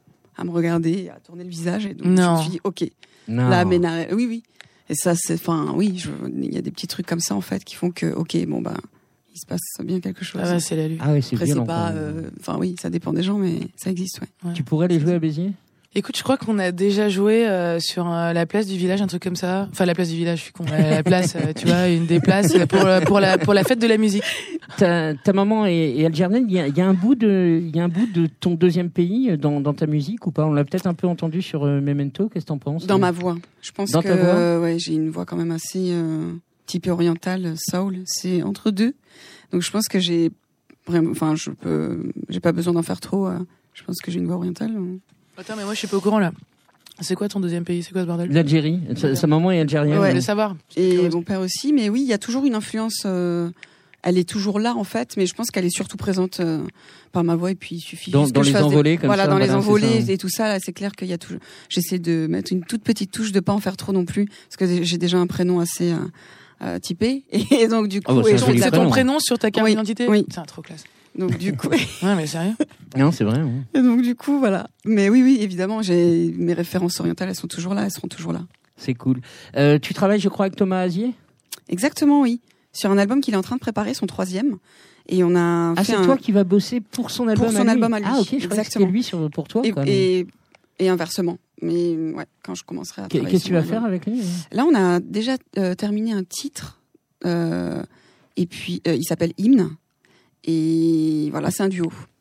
à me regarder, à tourner le visage. Et donc, je Non. me suis dit, ok, Non. là, mais na- oui, oui. Et ça, c'est, enfin, oui, je- il y a des petits trucs comme ça en fait qui font que, ok, bon bah, il se passe bien quelque chose. Ah ouais, c'est la lutte. Ah ouais, c'est Après, violent. c'est pas, quand même. euh, enfin oui, ça dépend des gens, mais ça existe, ouais. Tu pourrais aller jouer à Béziers? Écoute, je crois qu'on a déjà joué euh, sur euh, la place du village, un truc comme ça. Enfin, la place du village, je suis con. La, la place, euh, tu vois, une des places pour, euh, pour, la, pour la fête de la musique. Ta, ta maman est, est algérienne. Il y a, il y a un bout de, il y a un bout de ton deuxième pays dans, dans ta musique ou pas? On l'a peut-être un peu entendu sur euh, Memento. Qu'est-ce que t'en penses? Dans ma voix, je pense Dans que ta voix euh, ouais, j'ai une voix quand même assez euh, typée orientale, soul. C'est entre deux, donc je pense que j'ai vraiment, enfin, je peux, j'ai pas besoin d'en faire trop. euh, je pense que j'ai une voix orientale. euh. Attends, mais moi, je suis pas au courant là. C'est quoi ton deuxième pays? C'est quoi ce bordel? L'Algérie. Sa, sa maman est algérienne. Je Ouais. voulais savoir. Et Curieuse. mon père aussi, mais oui, il y a toujours une influence. euh, elle est toujours là en fait, mais je pense qu'elle est surtout présente euh, par ma voix. Et puis il suffit Dans- juste dans que je les fasse des- envolées, comme voilà, ça, dans les voilà, c'est envolées ça. et tout ça. Là, c'est clair qu'il y a toujours. J'essaie de mettre une toute petite touche, de pas en faire trop non plus, parce que j'ai déjà un prénom assez euh, euh, typé, et donc du coup, Ah bah, c'est et un je joli fais C'est de la- ton prénom. prénom sur ta carte Oui, d'identité? oui. C'est un trop classe. donc du coup. Ouais, mais sérieux? Non, c'est vrai. ouais. Et donc du coup, voilà. Mais oui, oui, évidemment, j'ai mes références orientales, elles sont toujours là, elles seront toujours là. C'est cool. Euh, tu travailles, je crois, avec Thomas Azier. Exactement, oui. Sur un album qu'il est en train de préparer, son troisième. Et on a Ah, fait c'est un... toi qui vas bosser pour son album. son à lui. album à lui, Ah, ok. Je croyais que c'était exactement. lui sur pour toi. et, quoi. et, et inversement. Mais ouais, quand je commencerai à Qu'est- travailler Qu'est-ce que sur tu vas mon faire album. avec lui? Là, on a déjà euh, terminé un titre. Euh, et puis, euh, il s'appelle Hymne. Et voilà, c'est un duo.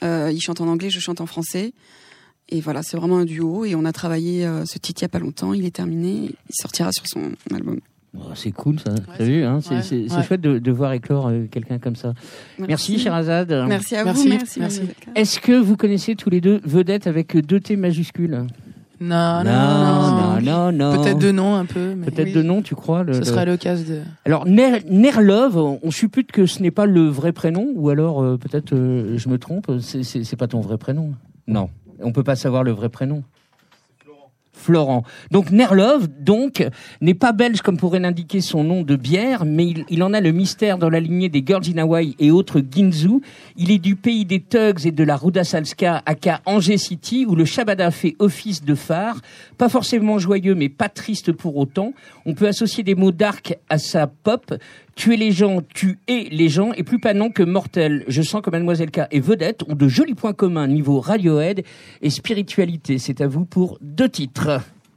Euh, il chante en anglais, je chante en français. Et voilà, c'est vraiment un duo. Et on a travaillé euh, ce titre il y a pas longtemps. Il est terminé. Il sortira sur son album. Oh, c'est cool ça. Ouais, T'as vu, hein, c'est, ouais, c'est, c'est ouais. chouette de, de voir éclore euh, quelqu'un comme ça. Merci, merci Sherazade. Merci à Merci, vous. Merci. merci. Mademoiselle K. Est-ce que vous connaissez tous les deux Vedette avec deux T majuscules? Non, non, non, non. non, non. Peut-être de nom un peu. Mais Peut-être Oui. de nom, tu crois le, Ce le- serait l'occasion de. Alors, Ner- Nerlove, on suppute que ce n'est pas le vrai prénom, ou alors euh, peut-être euh, je me trompe, c'est, c'est, c'est pas ton vrai prénom. Non, on peut pas savoir le vrai prénom. Florent. Donc Nerlove, donc, n'est pas belge comme pourrait l'indiquer son nom de bière, mais il, il en a le mystère dans la lignée des Girls in Hawaii et autres Ginzu. Il est du pays des Tugs et de la Ruda Salska, aka Angers City, où le Shabada fait office de phare. Pas forcément joyeux, mais pas triste pour autant. On peut associer des mots dark à sa pop. Tuer les gens, tu es les gens, et plus panant que mortel. Je sens que Mademoiselle K et Vedette ont de jolis points communs niveau Radiohead et spiritualité. C'est à vous pour deux titres.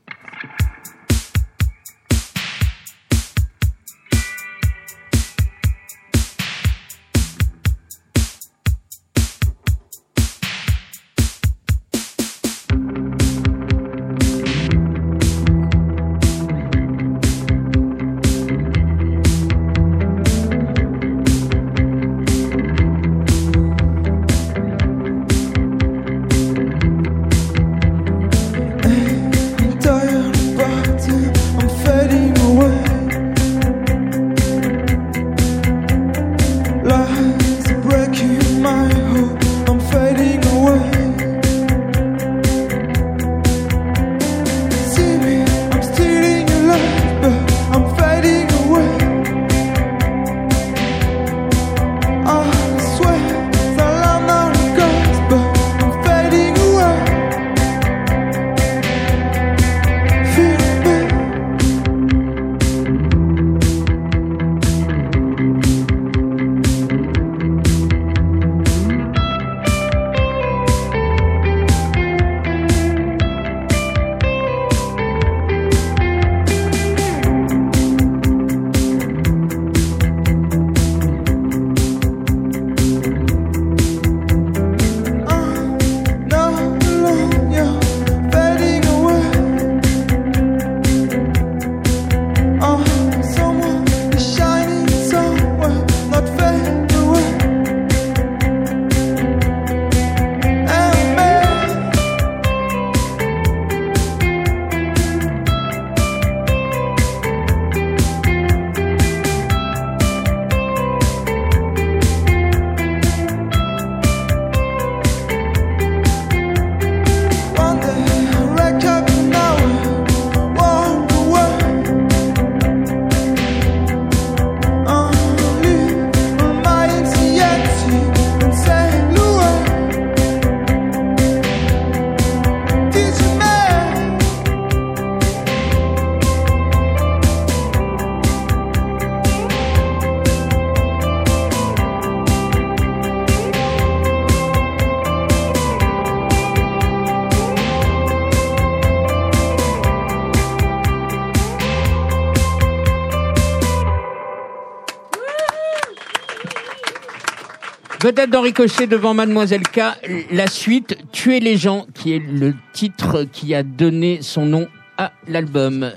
Vedette d'Henri Cochet devant Mademoiselle K. La suite, Tuer les gens, qui est le titre qui a donné son nom à l'album.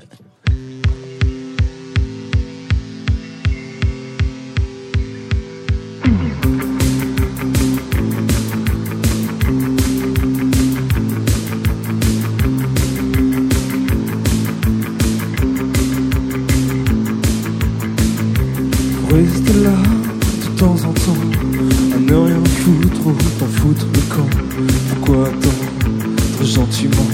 Reste là de temps en temps, à ne rien foutre ou t'en foutre le camp. Pourquoi attendre gentiment?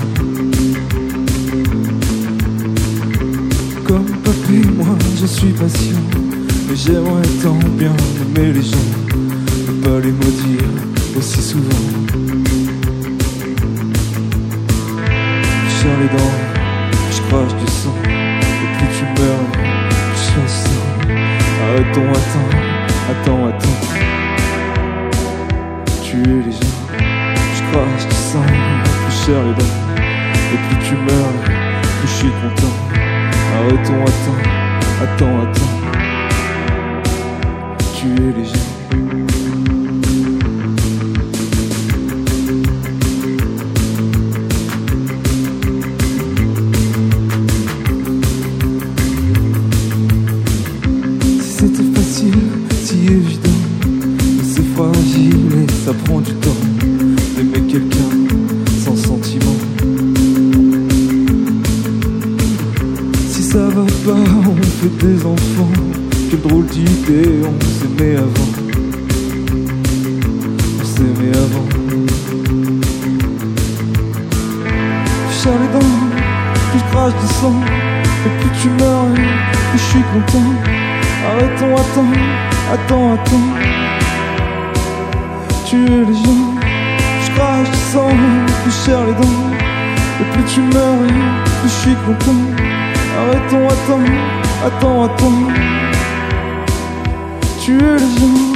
Comme papy, moi je suis patient, mais j'aimerais tant bien aimer les gens, ne pas les maudire aussi souvent. Je serre les dents, je crache du sang, et plus tu meurs, plus je sens. Arrêtons, attends, attends, attends. Tuer les gens, je crache du sang, plus je serre les dents. Et plus tu meurs, plus je suis content. Arrêtons, attends, attends, attends. Tuer les gens. si évident, mais c'est fragile et ça prend du temps d'aimer quelqu'un sans sentiment. Si ça va pas, on fait des enfants. Quelle drôle d'idée, on s'aimait avant. On s'aimait avant. Je serre les dents, puis je crache du sang. Et plus tu meurs, plus je suis content. Arrêtons, attends, attends, attends. Tuer les gens, je crache du sang, plus je serre les dents. Et plus tu meurs, plus je suis content. Arrêtons, attends, attends, attends. Tuer les gens.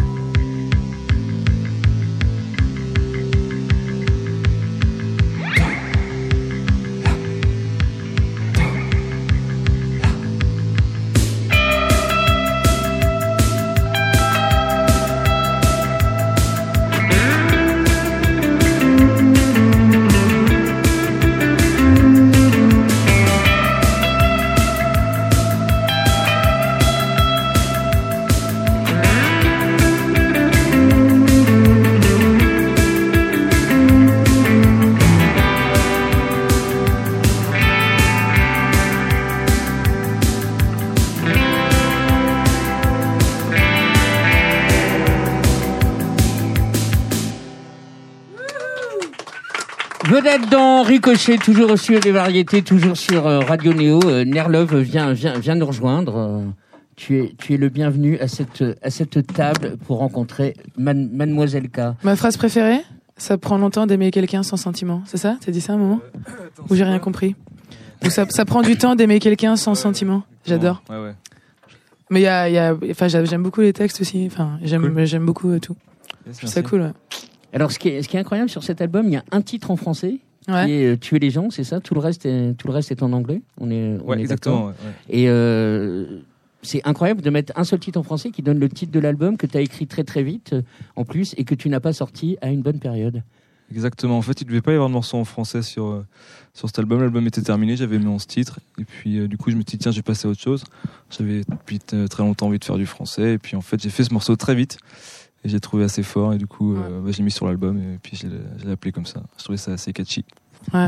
Vedette dans Ricochet, toujours sur les variétés, toujours sur euh, Radio Néo. Euh, Nerlove vient, vient, vient nous rejoindre. Euh, tu es, tu es le bienvenu à cette, à cette table pour rencontrer Man, Mademoiselle K. Ma phrase préférée, ça prend longtemps d'aimer quelqu'un sans sentiment. C'est ça? T'as dit ça à un moment? Ou j'ai rien compris? Ou ça, ça prend du temps d'aimer quelqu'un sans sentiment. J'adore. Ouais, ouais. Mais il y a, il y a, enfin, j'aime beaucoup les textes aussi. Enfin, j'aime, Cool. j'aime beaucoup euh, tout. Yes, Je trouve ça merci. cool, ouais. Alors, ce qui, est, ce qui est incroyable sur cet album, il y a un titre en français Ouais. qui est euh, Tuer les gens, c'est ça. Tout le reste est, tout le reste est en anglais. On est, on Ouais, est exactement. d'accord. Ouais, ouais. Et euh, c'est incroyable de mettre un seul titre en français qui donne le titre de l'album que tu as écrit très très vite, euh, en plus, et que tu n'as pas sorti à une bonne période. Exactement. En fait, il ne devait pas y avoir de morceaux en français sur, euh, sur cet album. L'album était terminé, j'avais mis onze titres. Et puis, euh, du coup, je me suis dit, tiens, je vais passer à autre chose. J'avais depuis t- très longtemps envie de faire du français. Et puis, en fait, j'ai fait ce morceau très vite. Et j'ai trouvé assez fort. Et du coup, euh, Ouais. bah, j'ai mis sur l'album. Et puis, je l'ai, je l'ai appelé comme ça. Je trouvais ça assez catchy. Ouais.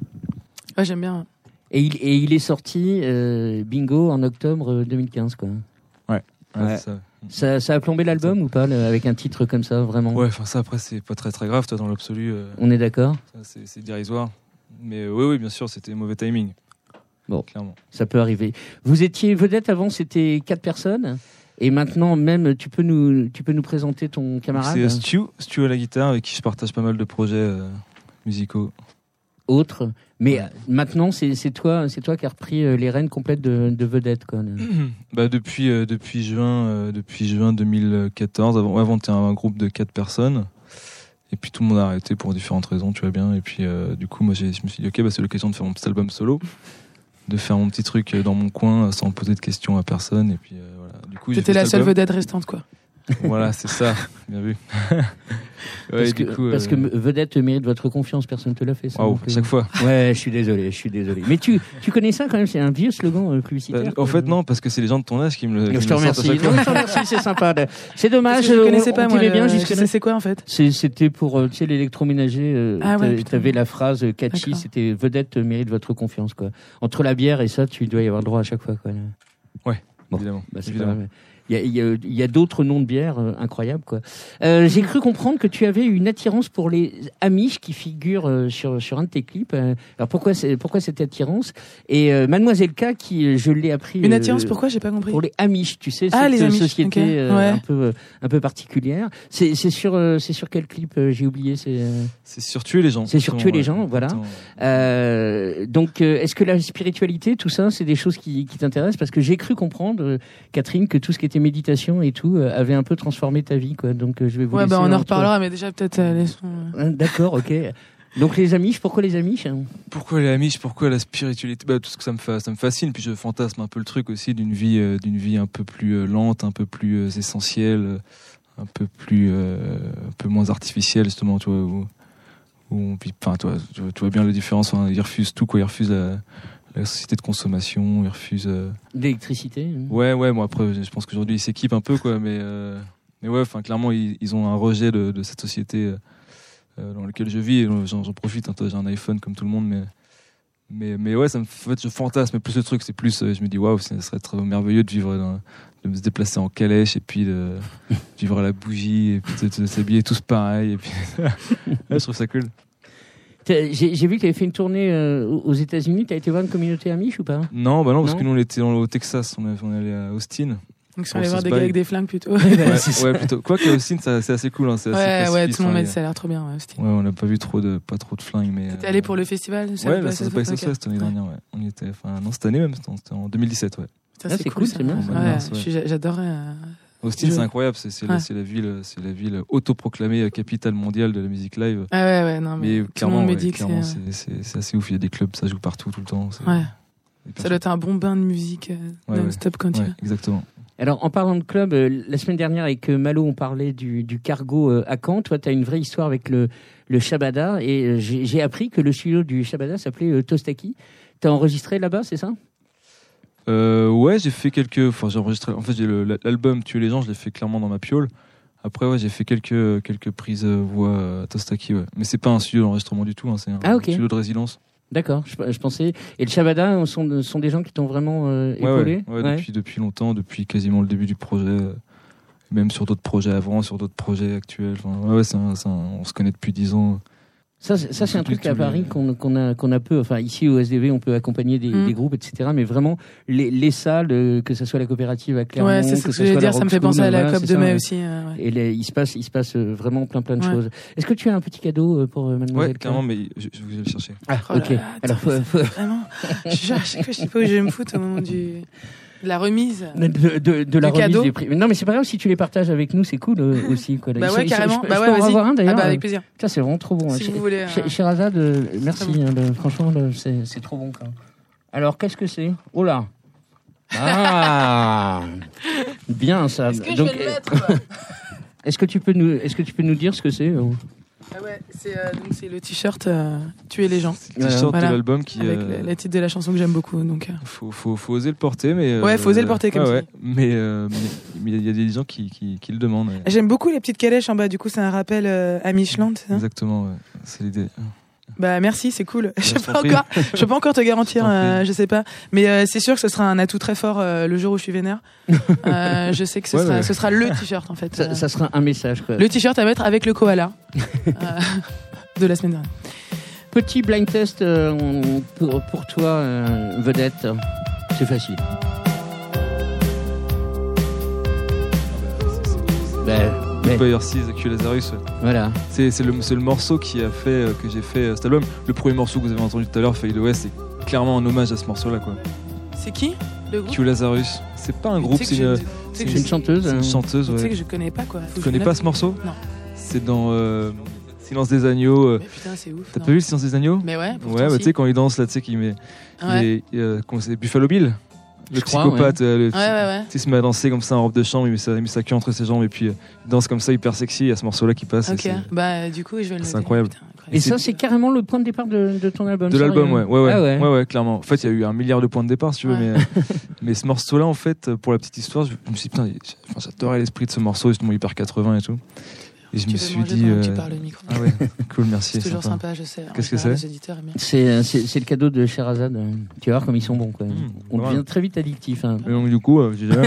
Ouais, j'aime bien. Et il, et il est sorti, euh, bingo, en octobre deux mille quinze, quoi. Ouais, Ouais. c'est ça. Ça, ça a plombé l'album ou pas, le- avec un titre comme ça, vraiment? Ouais, enfin, ça, après, c'est pas très très grave. Toi, dans l'absolu, euh, On est d'accord? ça, c'est, c'est dérisoire. Mais euh, oui, oui, bien sûr, c'était mauvais timing. Bon. Clairement. Ça peut arriver. Vous étiez vedette avant, c'était quatre personnes. Et maintenant, même, tu peux nous, tu peux nous présenter ton camarade? C'est euh, Stu, Stu à la guitare, avec qui je partage pas mal de projets euh, musicaux. Autre. Mais Ouais. euh, maintenant, c'est, c'est toi, c'est toi qui as repris euh, les rênes complètes de, de vedette, quoi. Bah depuis euh, depuis juin euh, depuis juin deux mille quatorze. Avant, avant t'es un groupe de quatre personnes. Et puis tout le monde a arrêté pour différentes raisons, tu vois bien. Et puis euh, du coup, moi, j'ai, je me suis dit, ok, bah, c'est l'occasion de faire mon petit album solo, de faire mon petit truc euh, dans mon coin euh, sans poser de questions à personne. Et puis euh, voilà. Du coup, j'ai T'étais fait la cet seule album. vedette restante, quoi. Voilà, c'est ça. Bien vu. Parce, Ouais, que, du coup, parce que euh, vedette mérite votre confiance, personne ne te l'a fait. Ça waouh, non à plus. chaque fois. Ouais, je suis désolé, je suis désolé. Mais tu, tu connais ça quand même, c'est un vieux slogan euh, Bah, publicitaire. en fait, non, parce que c'est les gens de ton âge qui me le. qui Je me te le sortent à remercie. chaque Non, fois. je te remercie, c'est sympa. C'est dommage. Parce que je euh, connaissais on- pas, on moi. t'aimait bien le- jusque je sais c'est quoi, en fait? C'est- C'était pour euh, tu sais, l'électroménager. Euh, Ah ouais, t'a- putain. T'avais la phrase euh, catchy, D'accord. c'était vedette euh, mérite votre confiance, quoi. Entre la bière et ça, tu dois y avoir le droit à chaque fois, quoi. Ouais, Bon. évidemment. Bah, c'est évidemment. pas grave. Il y a, il y a, il y a d'autres noms de bières euh, incroyables, quoi. Euh, j'ai cru comprendre que tu avais une attirance pour les Amish qui figurent euh, sur sur un de tes clips. Euh, alors pourquoi c'est pourquoi cette attirance? Et euh, Mademoiselle K, qui euh, je l'ai appris. Une euh, attirance, pourquoi? J'ai pas compris. Pour les Amish, tu sais, Ah, cette les Amish, société ok, euh, ouais. un peu euh, un peu particulière. C'est c'est sur euh, c'est sur quel clip? euh, J'ai oublié. C'est euh, C'est sur tuer les gens. C'est sur tuer les gens, voilà. Exactement. euh, donc euh, est-ce que la spiritualité, tout ça, c'est des choses qui, qui t'intéressent? Parce que j'ai cru comprendre, euh, Catherine, que tout ce qui était méditation et tout euh, avait un peu transformé ta vie, quoi. Donc euh, je vais vous Ouais, laisser bah, on en entre- reparlera, mais déjà, peut-être, euh, laissons. euh, Hein, d'accord, ok. Donc les Amish, pourquoi les Amish? Pourquoi les Amish? Pourquoi la spiritualité? Bah, tout ce que ça me fa- ça me fascine. Puis je fantasme un peu le truc aussi d'une vie, euh, d'une vie un peu plus euh, lente, un peu plus euh, essentielle, euh, un peu plus, euh, un peu moins artificielle justement, tu vois. Où, où on vit, enfin, toi, tu vois, tu vois bien la différence. Hein, ils refusent tout, quoi. Ils refusent la, la société de consommation, ils refusent. Euh... L'électricité. Hein. Ouais, ouais. Moi après, je pense qu'aujourd'hui ils s'équipent un peu, quoi. Mais, euh... mais ouais, enfin, clairement, ils, ils ont un rejet de, de cette société euh, dans laquelle je vis. J'en, j'en profite. Hein, j'ai un iPhone comme tout le monde, mais. Mais, mais ouais, ça me fait, je fantasme plus le truc. C'est plus, euh, je me dis, waouh, ça serait très merveilleux de vivre, dans, de se déplacer en calèche et puis de vivre à la bougie et puis de, de, de s'habiller tous pareil. Et puis, ouais, je trouve ça cool. J'ai, j'ai vu que tu avais fait une tournée euh, aux États-Unis. Tu as été voir une communauté amiche ou pas? Non, bah non, parce non que nous on était dans, au Texas. On est, on est allé à Austin. Donc, si on allait voir des gars avec des flingues plutôt. Ouais, ouais, plutôt. Quoi que Austin, ça, c'est assez cool. Hein, c'est ouais, assez ouais, tout le monde m'a dit ça a l'air trop bien. Ouais, Austin. Ouais, on n'a pas vu trop de, pas trop de flingues. Mais, T'étais euh, allé pour le festival? Ouais, là, ça s'est passé ça, cette année dernière. Ouais. On y était, enfin, non, cette année même, c'était en deux mille dix-sept, ouais. Ça, ah, c'est, c'est cool, cool, ça. c'est bien. Ouais, mars, ouais. je, j'adorais. Euh, Austin, je... c'est incroyable. C'est, c'est, ouais. la, c'est la ville, c'est la ville autoproclamée capitale mondiale de la musique live. Ah ouais, ouais, non, mais, mais tout le monde me ouais, dit que c'est... c'est, c'est, c'est assez ouf. Il y a des clubs, ça joue partout, tout le temps. C'est... Ouais. Ça doit être un bon bain de musique euh, ouais, non-stop ouais. quand tu ouais, vas. Exactement. Alors, en parlant de club, euh, la semaine dernière, avec euh, Malo, on parlait du, du Cargo euh, à Caen. Toi, tu as une vraie histoire avec le, le Shabada. Et euh, j'ai, j'ai appris que le studio du Shabada s'appelait euh, Tostaki. Tu as enregistré là-bas, c'est ça? euh, Ouais, j'ai fait quelques... Enfin, j'ai enregistré... En fait, j'ai le, l'album Tuer les gens, je l'ai fait clairement dans ma piole. Après, ouais, j'ai fait quelques, quelques prises euh, voix à Tostaki, ouais. Mais c'est pas un studio d'enregistrement du tout, hein, c'est un ah, okay. studio de résidence. D'accord, je, je pensais. Et le Shabada sont, sont des gens qui t'ont vraiment euh, épaulé? Ouais, ouais, ouais, depuis, depuis longtemps, depuis quasiment le début du projet, euh, même sur d'autres projets avant, sur d'autres projets actuels. Enfin, ouais, ouais, c'est un, c'est un, on se connaît depuis dix ans. Ça, c'est, ça, c'est un truc à Paris qu'on, qu'on, a, qu'on a peu. Enfin, ici au S D V, on peut accompagner des, mmh. des groupes, et cetera. Mais vraiment, les, les salles, que ce soit la coopérative à Clermont, ouais, c'est ce que, que ce je veux dire, ça me fait penser à la voilà, COP de mai ça, aussi. Euh, ouais. Et les, il se passe, il se passe vraiment plein, plein de ouais. choses. Est-ce que tu as un petit cadeau pour Mademoiselle? Ouais, clairement, mais je, je vais le chercher. Ah, oh ok. Là, alors, faut, faut... vraiment, je, à chaque fois, je sais pas où je vais me foutre au moment du. De la remise. De, de, de la remise cadeau. des prix. Non, mais c'est pas grave si tu les partages avec nous, c'est cool euh, aussi. Quoi. Bah ouais, ils, carrément. Je, bah je ouais, peux en vas-y. avoir un d'ailleurs. Ah bah avec plaisir. Ça, c'est vraiment trop bon. Si Ch- vous voulez. Ch- euh... Sherazade, euh, merci. Hein, le, franchement, le, c'est, c'est trop bon. Quoi. Alors, qu'est-ce que c'est? Oh là. Ah. Bien ça. Est-ce que Donc, je vais le mettre quoi est-ce que tu peux nous, est-ce que tu peux nous dire ce que c'est? euh... Ah ouais, c'est, euh, donc c'est le t-shirt euh, Tuer les gens. C'est le t-shirt voilà. de l'album qui. Avec euh... le, le titre de la chanson que j'aime beaucoup. Donc. Euh... Faut, faut, faut oser le porter, mais. Ouais, faut euh... oser le porter comme ah, ça. Ouais. Mais euh, mais il y a des gens qui, qui, qui le demandent. Ouais. J'aime beaucoup les petites calèches en bas. Du coup, c'est un rappel euh, à Michelin. C'est ça exactement, ouais. C'est l'idée. Bah merci, c'est cool. Je peux pas encore, je peux pas encore te garantir, euh, je sais pas, mais euh, c'est sûr que ce sera un atout très fort euh, le jour où je suis vénère. Euh, je sais que ce ouais, sera, ouais. ce sera le t-shirt en fait. Ça, euh, ça sera un message. Quoi. Le t-shirt à mettre avec le koala euh, de la semaine dernière. Petit blind test euh, pour, pour toi, euh, vedette. C'est facile. Ben. Empire six, Q Lazarus. Voilà. C'est, c'est, le, c'est le morceau qui a fait, euh, que j'ai fait euh, cet album. Le premier morceau que vous avez entendu tout à l'heure, Fade Away, c'est clairement un hommage à ce morceau-là, quoi. C'est qui le groupe? Q Lazarus. C'est pas un mais groupe, c'est une, je, c'est une, une chanteuse. C'est une chanteuse, ouais. Tu sais que je connais pas, quoi. Faut tu connais pas ce morceau? Non. C'est dans euh, Silence des agneaux. Euh... Mais putain, c'est ouf. T'as non. pas vu le Silence des agneaux? Mais ouais. Ouais, bah, tu sais, quand il danse là, tu sais, qu'il met. Ouais. Et, euh, comment c'est Buffalo Bill? Le je psychopathe, crois, ouais. euh, le, ouais, ouais, ouais. Tu sais, il se met à danser comme ça en robe de chambre, il met sa, il met sa queue entre ses jambes et puis euh, il danse comme ça hyper sexy. Il y a ce morceau-là qui passe. Ok, bah du coup, je vais le c'est noter. incroyable. Putain, incroyable. Et ça, c'est carrément le point de départ de, de ton album. De l'album, ouais. Ouais, ouais. Ah ouais. ouais, ouais, clairement. En fait, il y a eu un milliard de points de départ, si tu veux, ouais. mais, mais ce morceau-là, en fait, pour la petite histoire, je me suis dit, putain, j'adorais l'esprit de ce morceau, justement hyper quatre-vingts et tout. Et je tu me suis dit. Euh... Euh... Tu parles le micro. Ah ouais, cool, merci. C'est toujours sympa. sympa, je sais. Qu'est-ce que c'est? Les éditeurs aiment bien. C'est, c'est, c'est le cadeau de Sherazade. Tu vas voir comme ils sont bons. Quoi. Mmh, On ouais. devient très vite addictif. Hein. Et donc, du coup, euh, j'ai déjà.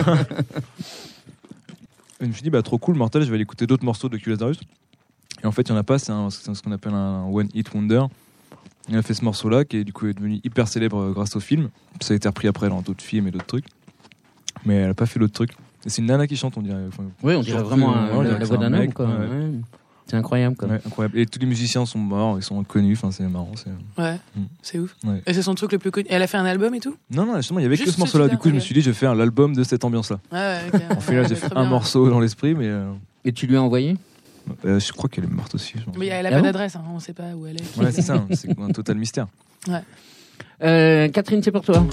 Je me suis dit, bah, trop cool, mortel, je vais aller écouter d'autres morceaux de Q Lazarus. Et en fait, il n'y en a pas, c'est, un, c'est ce qu'on appelle un One Hit Wonder. Il a fait ce morceau-là, qui est du coup est devenu hyper célèbre grâce au film. Ça a été repris après dans d'autres films et d'autres trucs. Mais elle n'a pas fait d'autres trucs. Et c'est une nana qui chante, on dirait. Enfin, oui, on dirait vraiment un, ouais, la, la voix d'un homme, quoi. Ouais. Ouais. C'est incroyable, quoi. Ouais, incroyable. Et tous les musiciens sont morts, ils sont inconnus, enfin, c'est marrant. C'est... Ouais, mm. c'est ouf. Ouais. Et c'est son truc le plus connu. Et elle a fait un album et tout? Non, non, justement, il y avait Juste que ce morceau-là. Du coup, okay. je me suis dit, je vais faire l'album de cette ambiance-là. Ouais, ouais, ok. En fait, là, j'ai fait un morceau dans l'esprit, mais. Euh... Et tu lui as envoyé? euh, Je crois qu'elle est morte aussi. Mais elle a ah pas bon d'adresse, hein, on sait pas où elle est. Ouais, c'est ça, hein, c'est un total mystère. Ouais. Euh, Catherine, c'est pour toi.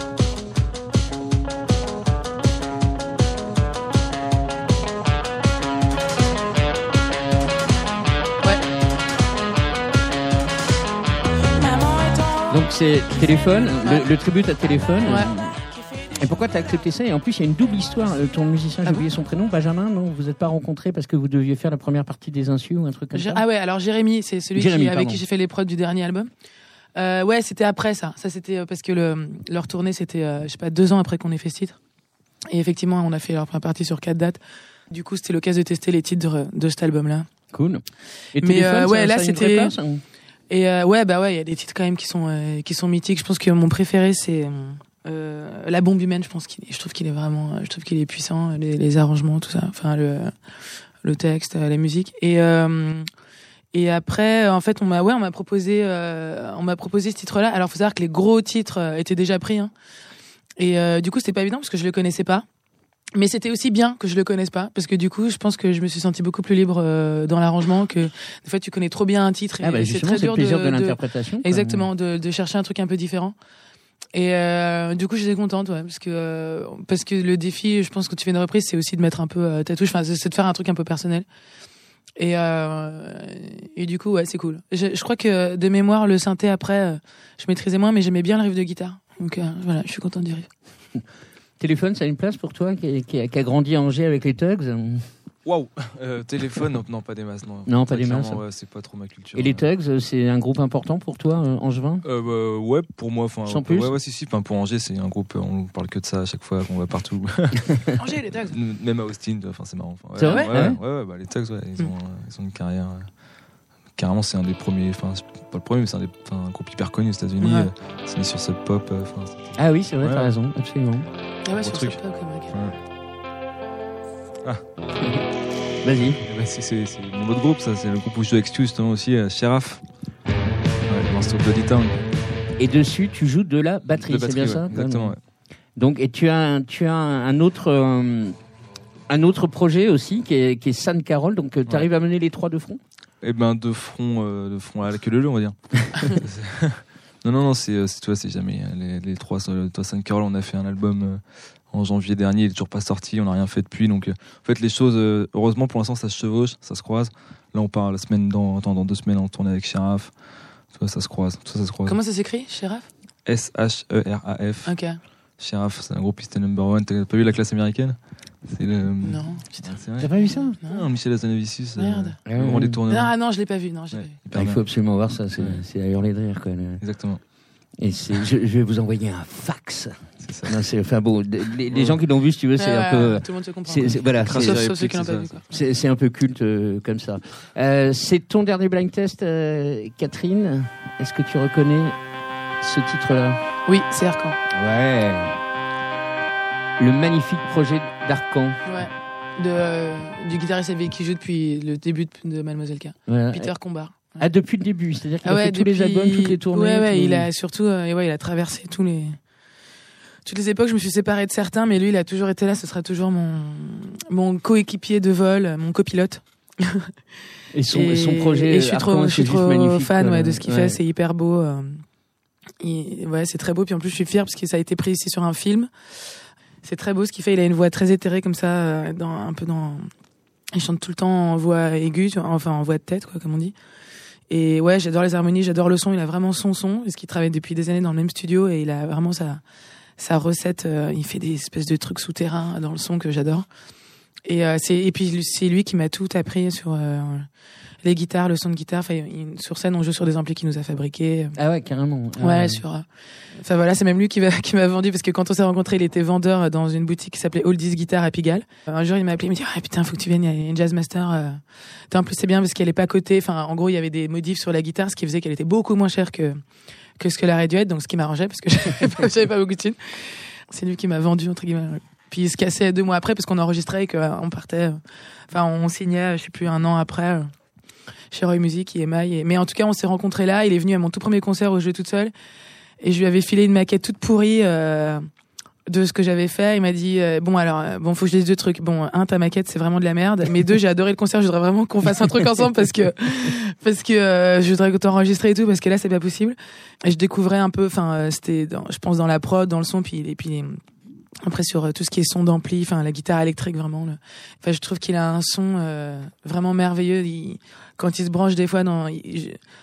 Donc Donc c'est Téléphone, Ouais. le, le tribut à Téléphone. Ouais. Et pourquoi t'as accepté ça? Et en plus, il y a une double histoire. Euh, Ton musicien, j'ai Ah bon oublié son prénom, Benjamin, non? Vous n'êtes pas rencontrés parce que vous deviez faire la première partie des Insus ou un truc comme Jé- ça? Ah ouais, alors Jérémy, c'est celui Jérémy, qui, avec pardon. qui j'ai fait les prods du dernier album. Euh, ouais, c'était après ça. Ça, c'était euh, parce que le, leur tournée, c'était, euh, je sais pas, deux ans après qu'on ait fait ce titre. Et effectivement, on a fait leur première partie sur quatre dates. Du coup, c'était l'occasion de tester les titres de, de cet album-là. Cool. Et Mais, Téléphone, euh, ouais, ça, là, ça a une vraie c'était- place, hein? Et euh, ouais, bah ouais, il y a des titres quand même qui sont euh, qui sont mythiques. Je pense que mon préféré, c'est euh, La Bombe Humaine. Je pense qu'il, je trouve qu'il est vraiment, je trouve qu'il est puissant. Les, les arrangements, tout ça. Enfin, le le texte, la musique. Et euh, et après, en fait, on m'a ouais, on m'a proposé, euh, on m'a proposé ce titre-là. Alors, faut savoir que les gros titres euh, étaient déjà pris. Hein. Et euh, du coup, c'était pas évident parce que je le connaissais pas. Mais c'était aussi bien que je le connaisse pas, parce que du coup, je pense que je me suis sentie beaucoup plus libre euh, dans l'arrangement, que des fois tu connais trop bien un titre et Ah bah c'est justement, très c'est le dur plaisir de, de, de l'interprétation. quoi. exactement de, de chercher un truc un peu différent. Et euh, du coup, j'étais contente, ouais, parce que euh, parce que le défi, je pense que tu fais une reprise, c'est aussi de mettre un peu euh, ta touche, enfin, c'est c'est de faire un truc un peu personnel. Et euh, et du coup, ouais, c'est cool. Je, je crois que de mémoire, le synthé après, euh, je maîtrisais moins, mais j'aimais bien le riff de guitare. Donc euh, voilà, je suis contente du riff. Téléphone, ça a une place pour toi qui, qui, qui a grandi à Angers avec les Tugs? Waouh. Euh, téléphone, non, non, pas des masses, non. Non, pas Très des masses. clairement, ouais, c'est pas trop ma culture. Et les euh. Tugs, c'est un groupe important pour toi, euh, angevin? Euh, bah, ouais, pour moi, enfin, Sans euh, plus ouais, ouais, si, si. Enfin, pour Angers, c'est un groupe, on parle que de ça à chaque fois qu'on va partout. Angers, les tags. Même à Austin, enfin, c'est marrant. Enfin, ouais, C'est vrai ouais, Ah ouais, ouais, ouais, bah, les Tugs, ouais, ils ont, euh, ils ont une carrière. euh, Carrément, c'est un des premiers, enfin, c'est pas le premier, mais c'est un, des, enfin, un groupe hyper connu aux États-Unis. Ouais. euh, c'est né sur Sub Pop. euh, Enfin, c'était- Ah oui, c'est vrai, Ouais. t'as raison, absolument. Ah ouais, Gros sur truc. Sub Pop, comme mec. Vas-y. Eh ben, c'est, c'est, c'est mon autre groupe, ça, c'est le groupe où je joue avec Stu, justement aussi, euh, Sheriff. Ouais, le morceau Bloody Town. Et dessus, tu joues de la batterie, De c'est batterie, bien ouais, ça? exactement, ouais. Donc, et tu as, un- tu as un autre, euh, un autre projet aussi qui est, qui est San Carol. Donc, tu arrives à mener les trois de front? Eh ben, de front, euh, de front à la queue leu, on va dire. non, non, non, c'est, euh, c'est, tu vois, c'est jamais. euh, Les, les trois, sur le toi, San Carol, on a fait un album euh, en janvier dernier, il est toujours pas sorti, on n'a rien fait depuis. Donc, euh, en fait, les choses, euh, heureusement, pour l'instant, ça se chevauche, ça se croise. Là, on part la semaine dans, attends, dans deux semaines, on tourne avec Sheriff. Tu vois, ça se croise, tout ça, ça se croise. Comment ça s'écrit, Sheriff? S H E R A F. Ok. Sheriff, c'est un groupe, c'était number one. T'as pas vu la classe américaine? C'est le. Non. Ah, c'est vrai. T'as pas vu ça? Non, Michel Hazanavicius. Merde. Ah Euh, ouais. on les tourne. Ah non, je l'ai pas vu. Non, j'ai Ouais, pas vu. hyper Ah, il bien. faut absolument voir ça, c'est, Ouais. c'est à hurler de rire. Quoi, le- Exactement. Et c'est, je, je vais vous envoyer un fax. C'est ça. Non, c'est, enfin bon, les, les gens qui l'ont vu, si tu veux, c'est Ouais, un peu. ouais, tout le monde se comprend. C'est, quoi. c'est- voilà, Trace c'est, Sauf, les sauf ceux qui l'ont répliques, pas vu. c'est Quoi. c'est, c'est un peu culte euh, comme ça. Euh, c'est ton dernier blind test, euh, Catherine. Est-ce que tu reconnais ce titre-là? Oui, c'est Arcan. Ouais. Le magnifique projet d'Arcan. Ouais. De, euh, du guitariste avec qui joue depuis le début de, de Mademoiselle K. Voilà. Peter Combar. Ah, depuis le début, c'est-à-dire qu'il Ah a ouais, fait tous les depuis- albums, toutes les tournées. Ouais, ouais, tout- il a surtout, euh, et ouais, il a traversé tous les, toutes les époques. Je me suis séparée de certains, mais lui, il a toujours été là. Ce sera toujours mon, mon coéquipier de vol, mon copilote. Et son, et son projet. Et je suis Arcan, trop, je c'est suis juste trop magnifique, fan, quoi. ouais, de ce qu'il Ouais. fait. C'est hyper beau. euh, il- ouais, c'est très beau. Puis en plus, je suis fière parce que ça a été pris ici sur un film. C'est très beau ce qu'il fait. Il a une voix très éthérée comme ça, euh, dans, un peu dans. Il chante tout le temps en voix aiguë, tu vois, enfin en voix de tête, quoi, comme on dit. Et ouais, j'adore les harmonies, j'adore le son. Il a vraiment son son, parce qu'il travaille depuis des années dans le même studio et il a vraiment sa sa recette. Euh, il fait des espèces de trucs souterrains dans le son que j'adore. Et euh, c'est et puis c'est lui qui m'a tout appris sur euh, les guitares, le son de guitare. Enfin, il- sur scène, on joue sur des amplis qu'il nous a fabriqués. Ah ouais, carrément. Ah Ouais, sur. euh, Enfin voilà, c'est même lui qui m'a qui m'a vendu parce que quand on s'est rencontrés, il était vendeur dans une boutique qui s'appelait Oldies Guitar à Pigalle. Un jour, il m'a appelé, il m'a dit ah putain, faut que tu viennes, il y a une Jazz Master. Euh... En plus, c'est bien parce qu'elle est pas cotée. Enfin, en gros, il y avait des modifs sur la guitare, ce qui faisait qu'elle était beaucoup moins chère que que ce que la Radiohead, donc ce qui m'arrangeait parce que j'avais pas, j'avais pas beaucoup de thunes. C'est lui qui m'a vendu entre guillemets. Puis il se cassait deux mois après parce qu'on enregistrait et qu'on partait. euh, Enfin, on signait, je sais plus, un an après. Euh... chez Roy Music, I M I. Et... Mais en tout cas, on s'est rencontrés là. Il est venu à mon tout premier concert où je jouais toute seule. Et je lui avais filé une maquette toute pourrie euh, de ce que j'avais fait. Il m'a dit euh, bon alors euh, bon faut que je dise deux trucs. Bon un ta maquette c'est vraiment de la merde. Mais deux j'ai adoré le concert. Je voudrais vraiment qu'on fasse un truc ensemble parce que parce que euh, je voudrais t'enregistrer et tout parce que là c'est pas possible. Et je découvrais un peu. Enfin euh, c'était dans, je pense dans la prod, dans le son puis et puis après sur euh, tout ce qui est son d'ampli. Enfin la guitare électrique vraiment. Le... Enfin je trouve qu'il a un son euh, vraiment merveilleux. Il... Quand il se branche des fois dans il...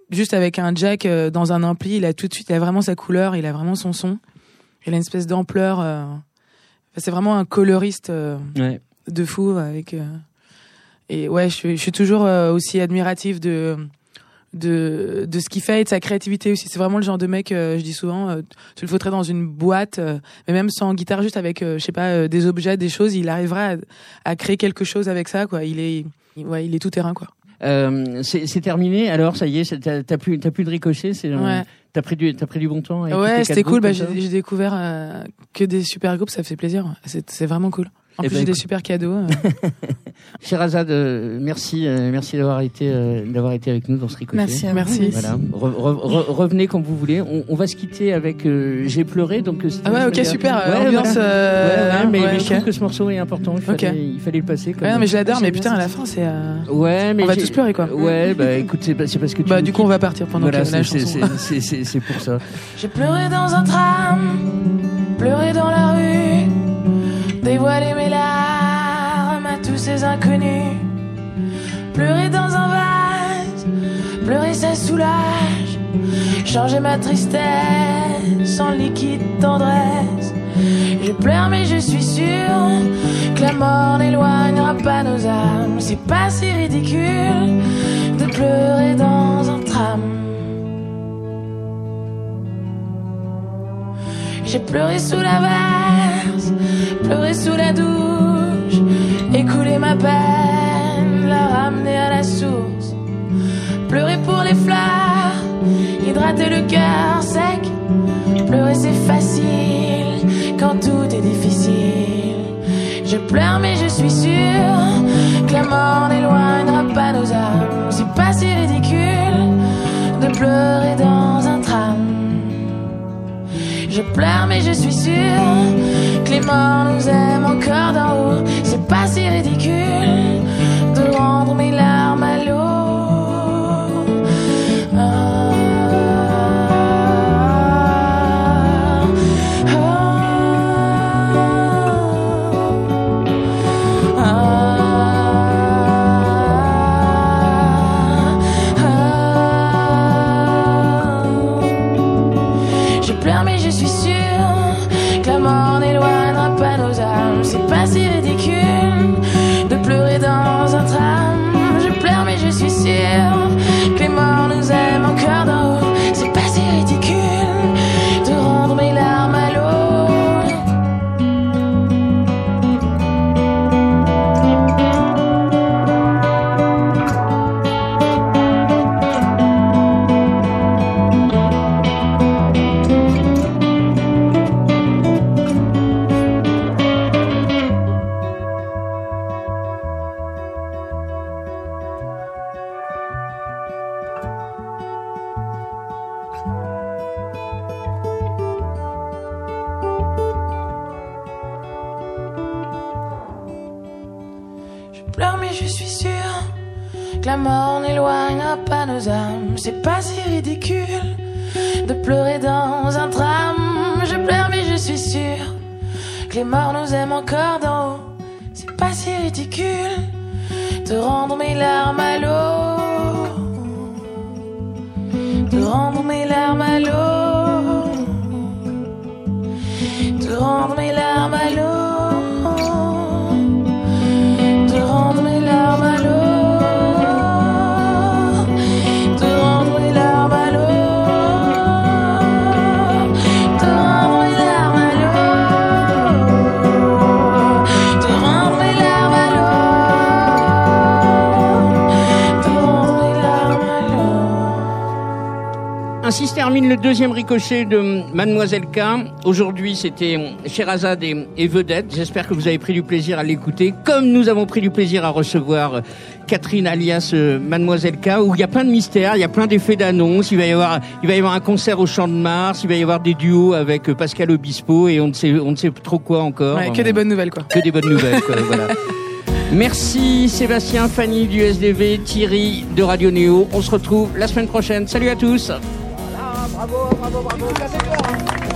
juste avec un jack euh, dans un ampli, il a tout de suite, il a vraiment sa couleur, il a vraiment son son. Il a une espèce d'ampleur. Euh... Enfin, c'est vraiment un coloriste euh, Ouais. de fou avec. Euh... Et ouais, je suis, je suis toujours euh, aussi admirative de de de ce qu'il fait et de sa créativité aussi. C'est vraiment le genre de mec, euh, je dis souvent, euh, tu le foutrais dans une boîte, euh, mais même sans guitare, juste avec, euh, je sais pas, euh, des objets, des choses, il arrivera à, à créer quelque chose avec ça, quoi. Il est, il, ouais, il est tout terrain, quoi. Euh, c'est, c'est terminé. Alors ça y est, c'est- t'as, t'as plus, t'as plus de ricochet. C'est, euh, Ouais. T'as pris du, t'as pris du bon temps. à écouter Ouais, quatre c'était groupes cool. Bah, comme j'ai, ça j'ai découvert euh, que des super groupes, ça fait plaisir. C'est, c'est vraiment cool. En Eh plus, ben, j'ai des écoute. super cadeaux. euh. Sherazade, euh, merci, euh, merci d'avoir été, euh, d'avoir été avec nous dans ce ricochet. Merci à vous. Merci. Voilà. Re- re- re- revenez quand vous voulez. On, on va se quitter avec euh, J'ai pleuré. Donc euh, Ah ouais, ok, super. Ouais, ambiance. voilà. euh, Ouais, ouais, hein, mais, ouais, mais je ok. trouve que ce morceau est important. Il fallait, Ok. il fallait le passer. Comme Ouais, non, mais je l'adore, mais J'aime putain, bien à la ça. fin, c'est. euh, Ouais, mais On va j'ai- tous pleurer, quoi. Ouais, bah écoute, c'est, c'est parce que tu Bah, nous du coup, on quittes. va partir pendant Voilà, que la c'est, chanson. c'est, c'est, c'est, c'est pour ça. J'ai pleuré dans un tram, pleuré dans la rue, dévoilé mes larmes à tous ces inconnus. Pleurer dans un vase, pleurer ça soulage, changer ma tristesse en liquide tendresse. Je pleure mais je suis sûre que la mort n'éloignera pas nos âmes. C'est pas si ridicule de pleurer dans un tram. J'ai pleuré sous la verse, pleuré sous la douche, écoulé ma peine, la ramener à la source. Pleurer pour les fleurs, hydrater le cœur sec. Pleurer c'est facile quand tout est difficile. Je pleure mais je suis sûre que la mort n'éloignera pas nos âmes. C'est pas si ridicule de pleurer dans un tram. Je pleure mais je suis sûre que les morts nous aiment encore d'en haut. C'est pas si ridicule de rendre mes larmes à l'eau. Ah, ah, ah, ah, ah. Je pleure mais je suis sûre que la mort n'éloignera pas nos âmes. C'est pas si ridicule de pleurer dans un tram. Je pleure mais je suis sûre que les morts nous aiment encore d'en haut. C'est pas si ridicule de rendre mes larmes à l'eau. Je pleure mais je suis sûre que la mort n'éloignera pas nos âmes. C'est pas si ridicule de pleurer dans un tram. Je pleure mais je suis sûre que les morts nous aiment encore d'en haut. C'est pas si ridicule de rendre mes larmes à l'eau. De rendre mes larmes à l'eau. De rendre mes larmes à l'eau. De rendre mes larmes à l'eau. De rendre mes larmes à l'eau. De rendre mes larmes à l'eau. De rendre mes larmes à l'eau. De rendre mes larmes à l'eau. Ainsi se termine le deuxième ricochet de Mademoiselle K. Aujourd'hui, c'était Sherazade et, et Vedette. J'espère que vous avez pris du plaisir à l'écouter, comme nous avons pris du plaisir à recevoir Catherine alias euh, Mademoiselle K, où il y a plein de mystères, il y a plein d'effets d'annonce. Il va y avoir, il va y avoir un concert au Champ de Mars, il va y avoir des duos avec euh, Pascal Obispo et on ne sait, on ne sait trop quoi encore. Ouais, que des bonnes nouvelles, quoi. Que des bonnes nouvelles, quoi, voilà. Merci Sébastien, Fanny du S D V, Thierry de Radio Néo. On se retrouve la semaine prochaine. Salut à tous. Bravo, bravo, bravo, ça fait peur, hein.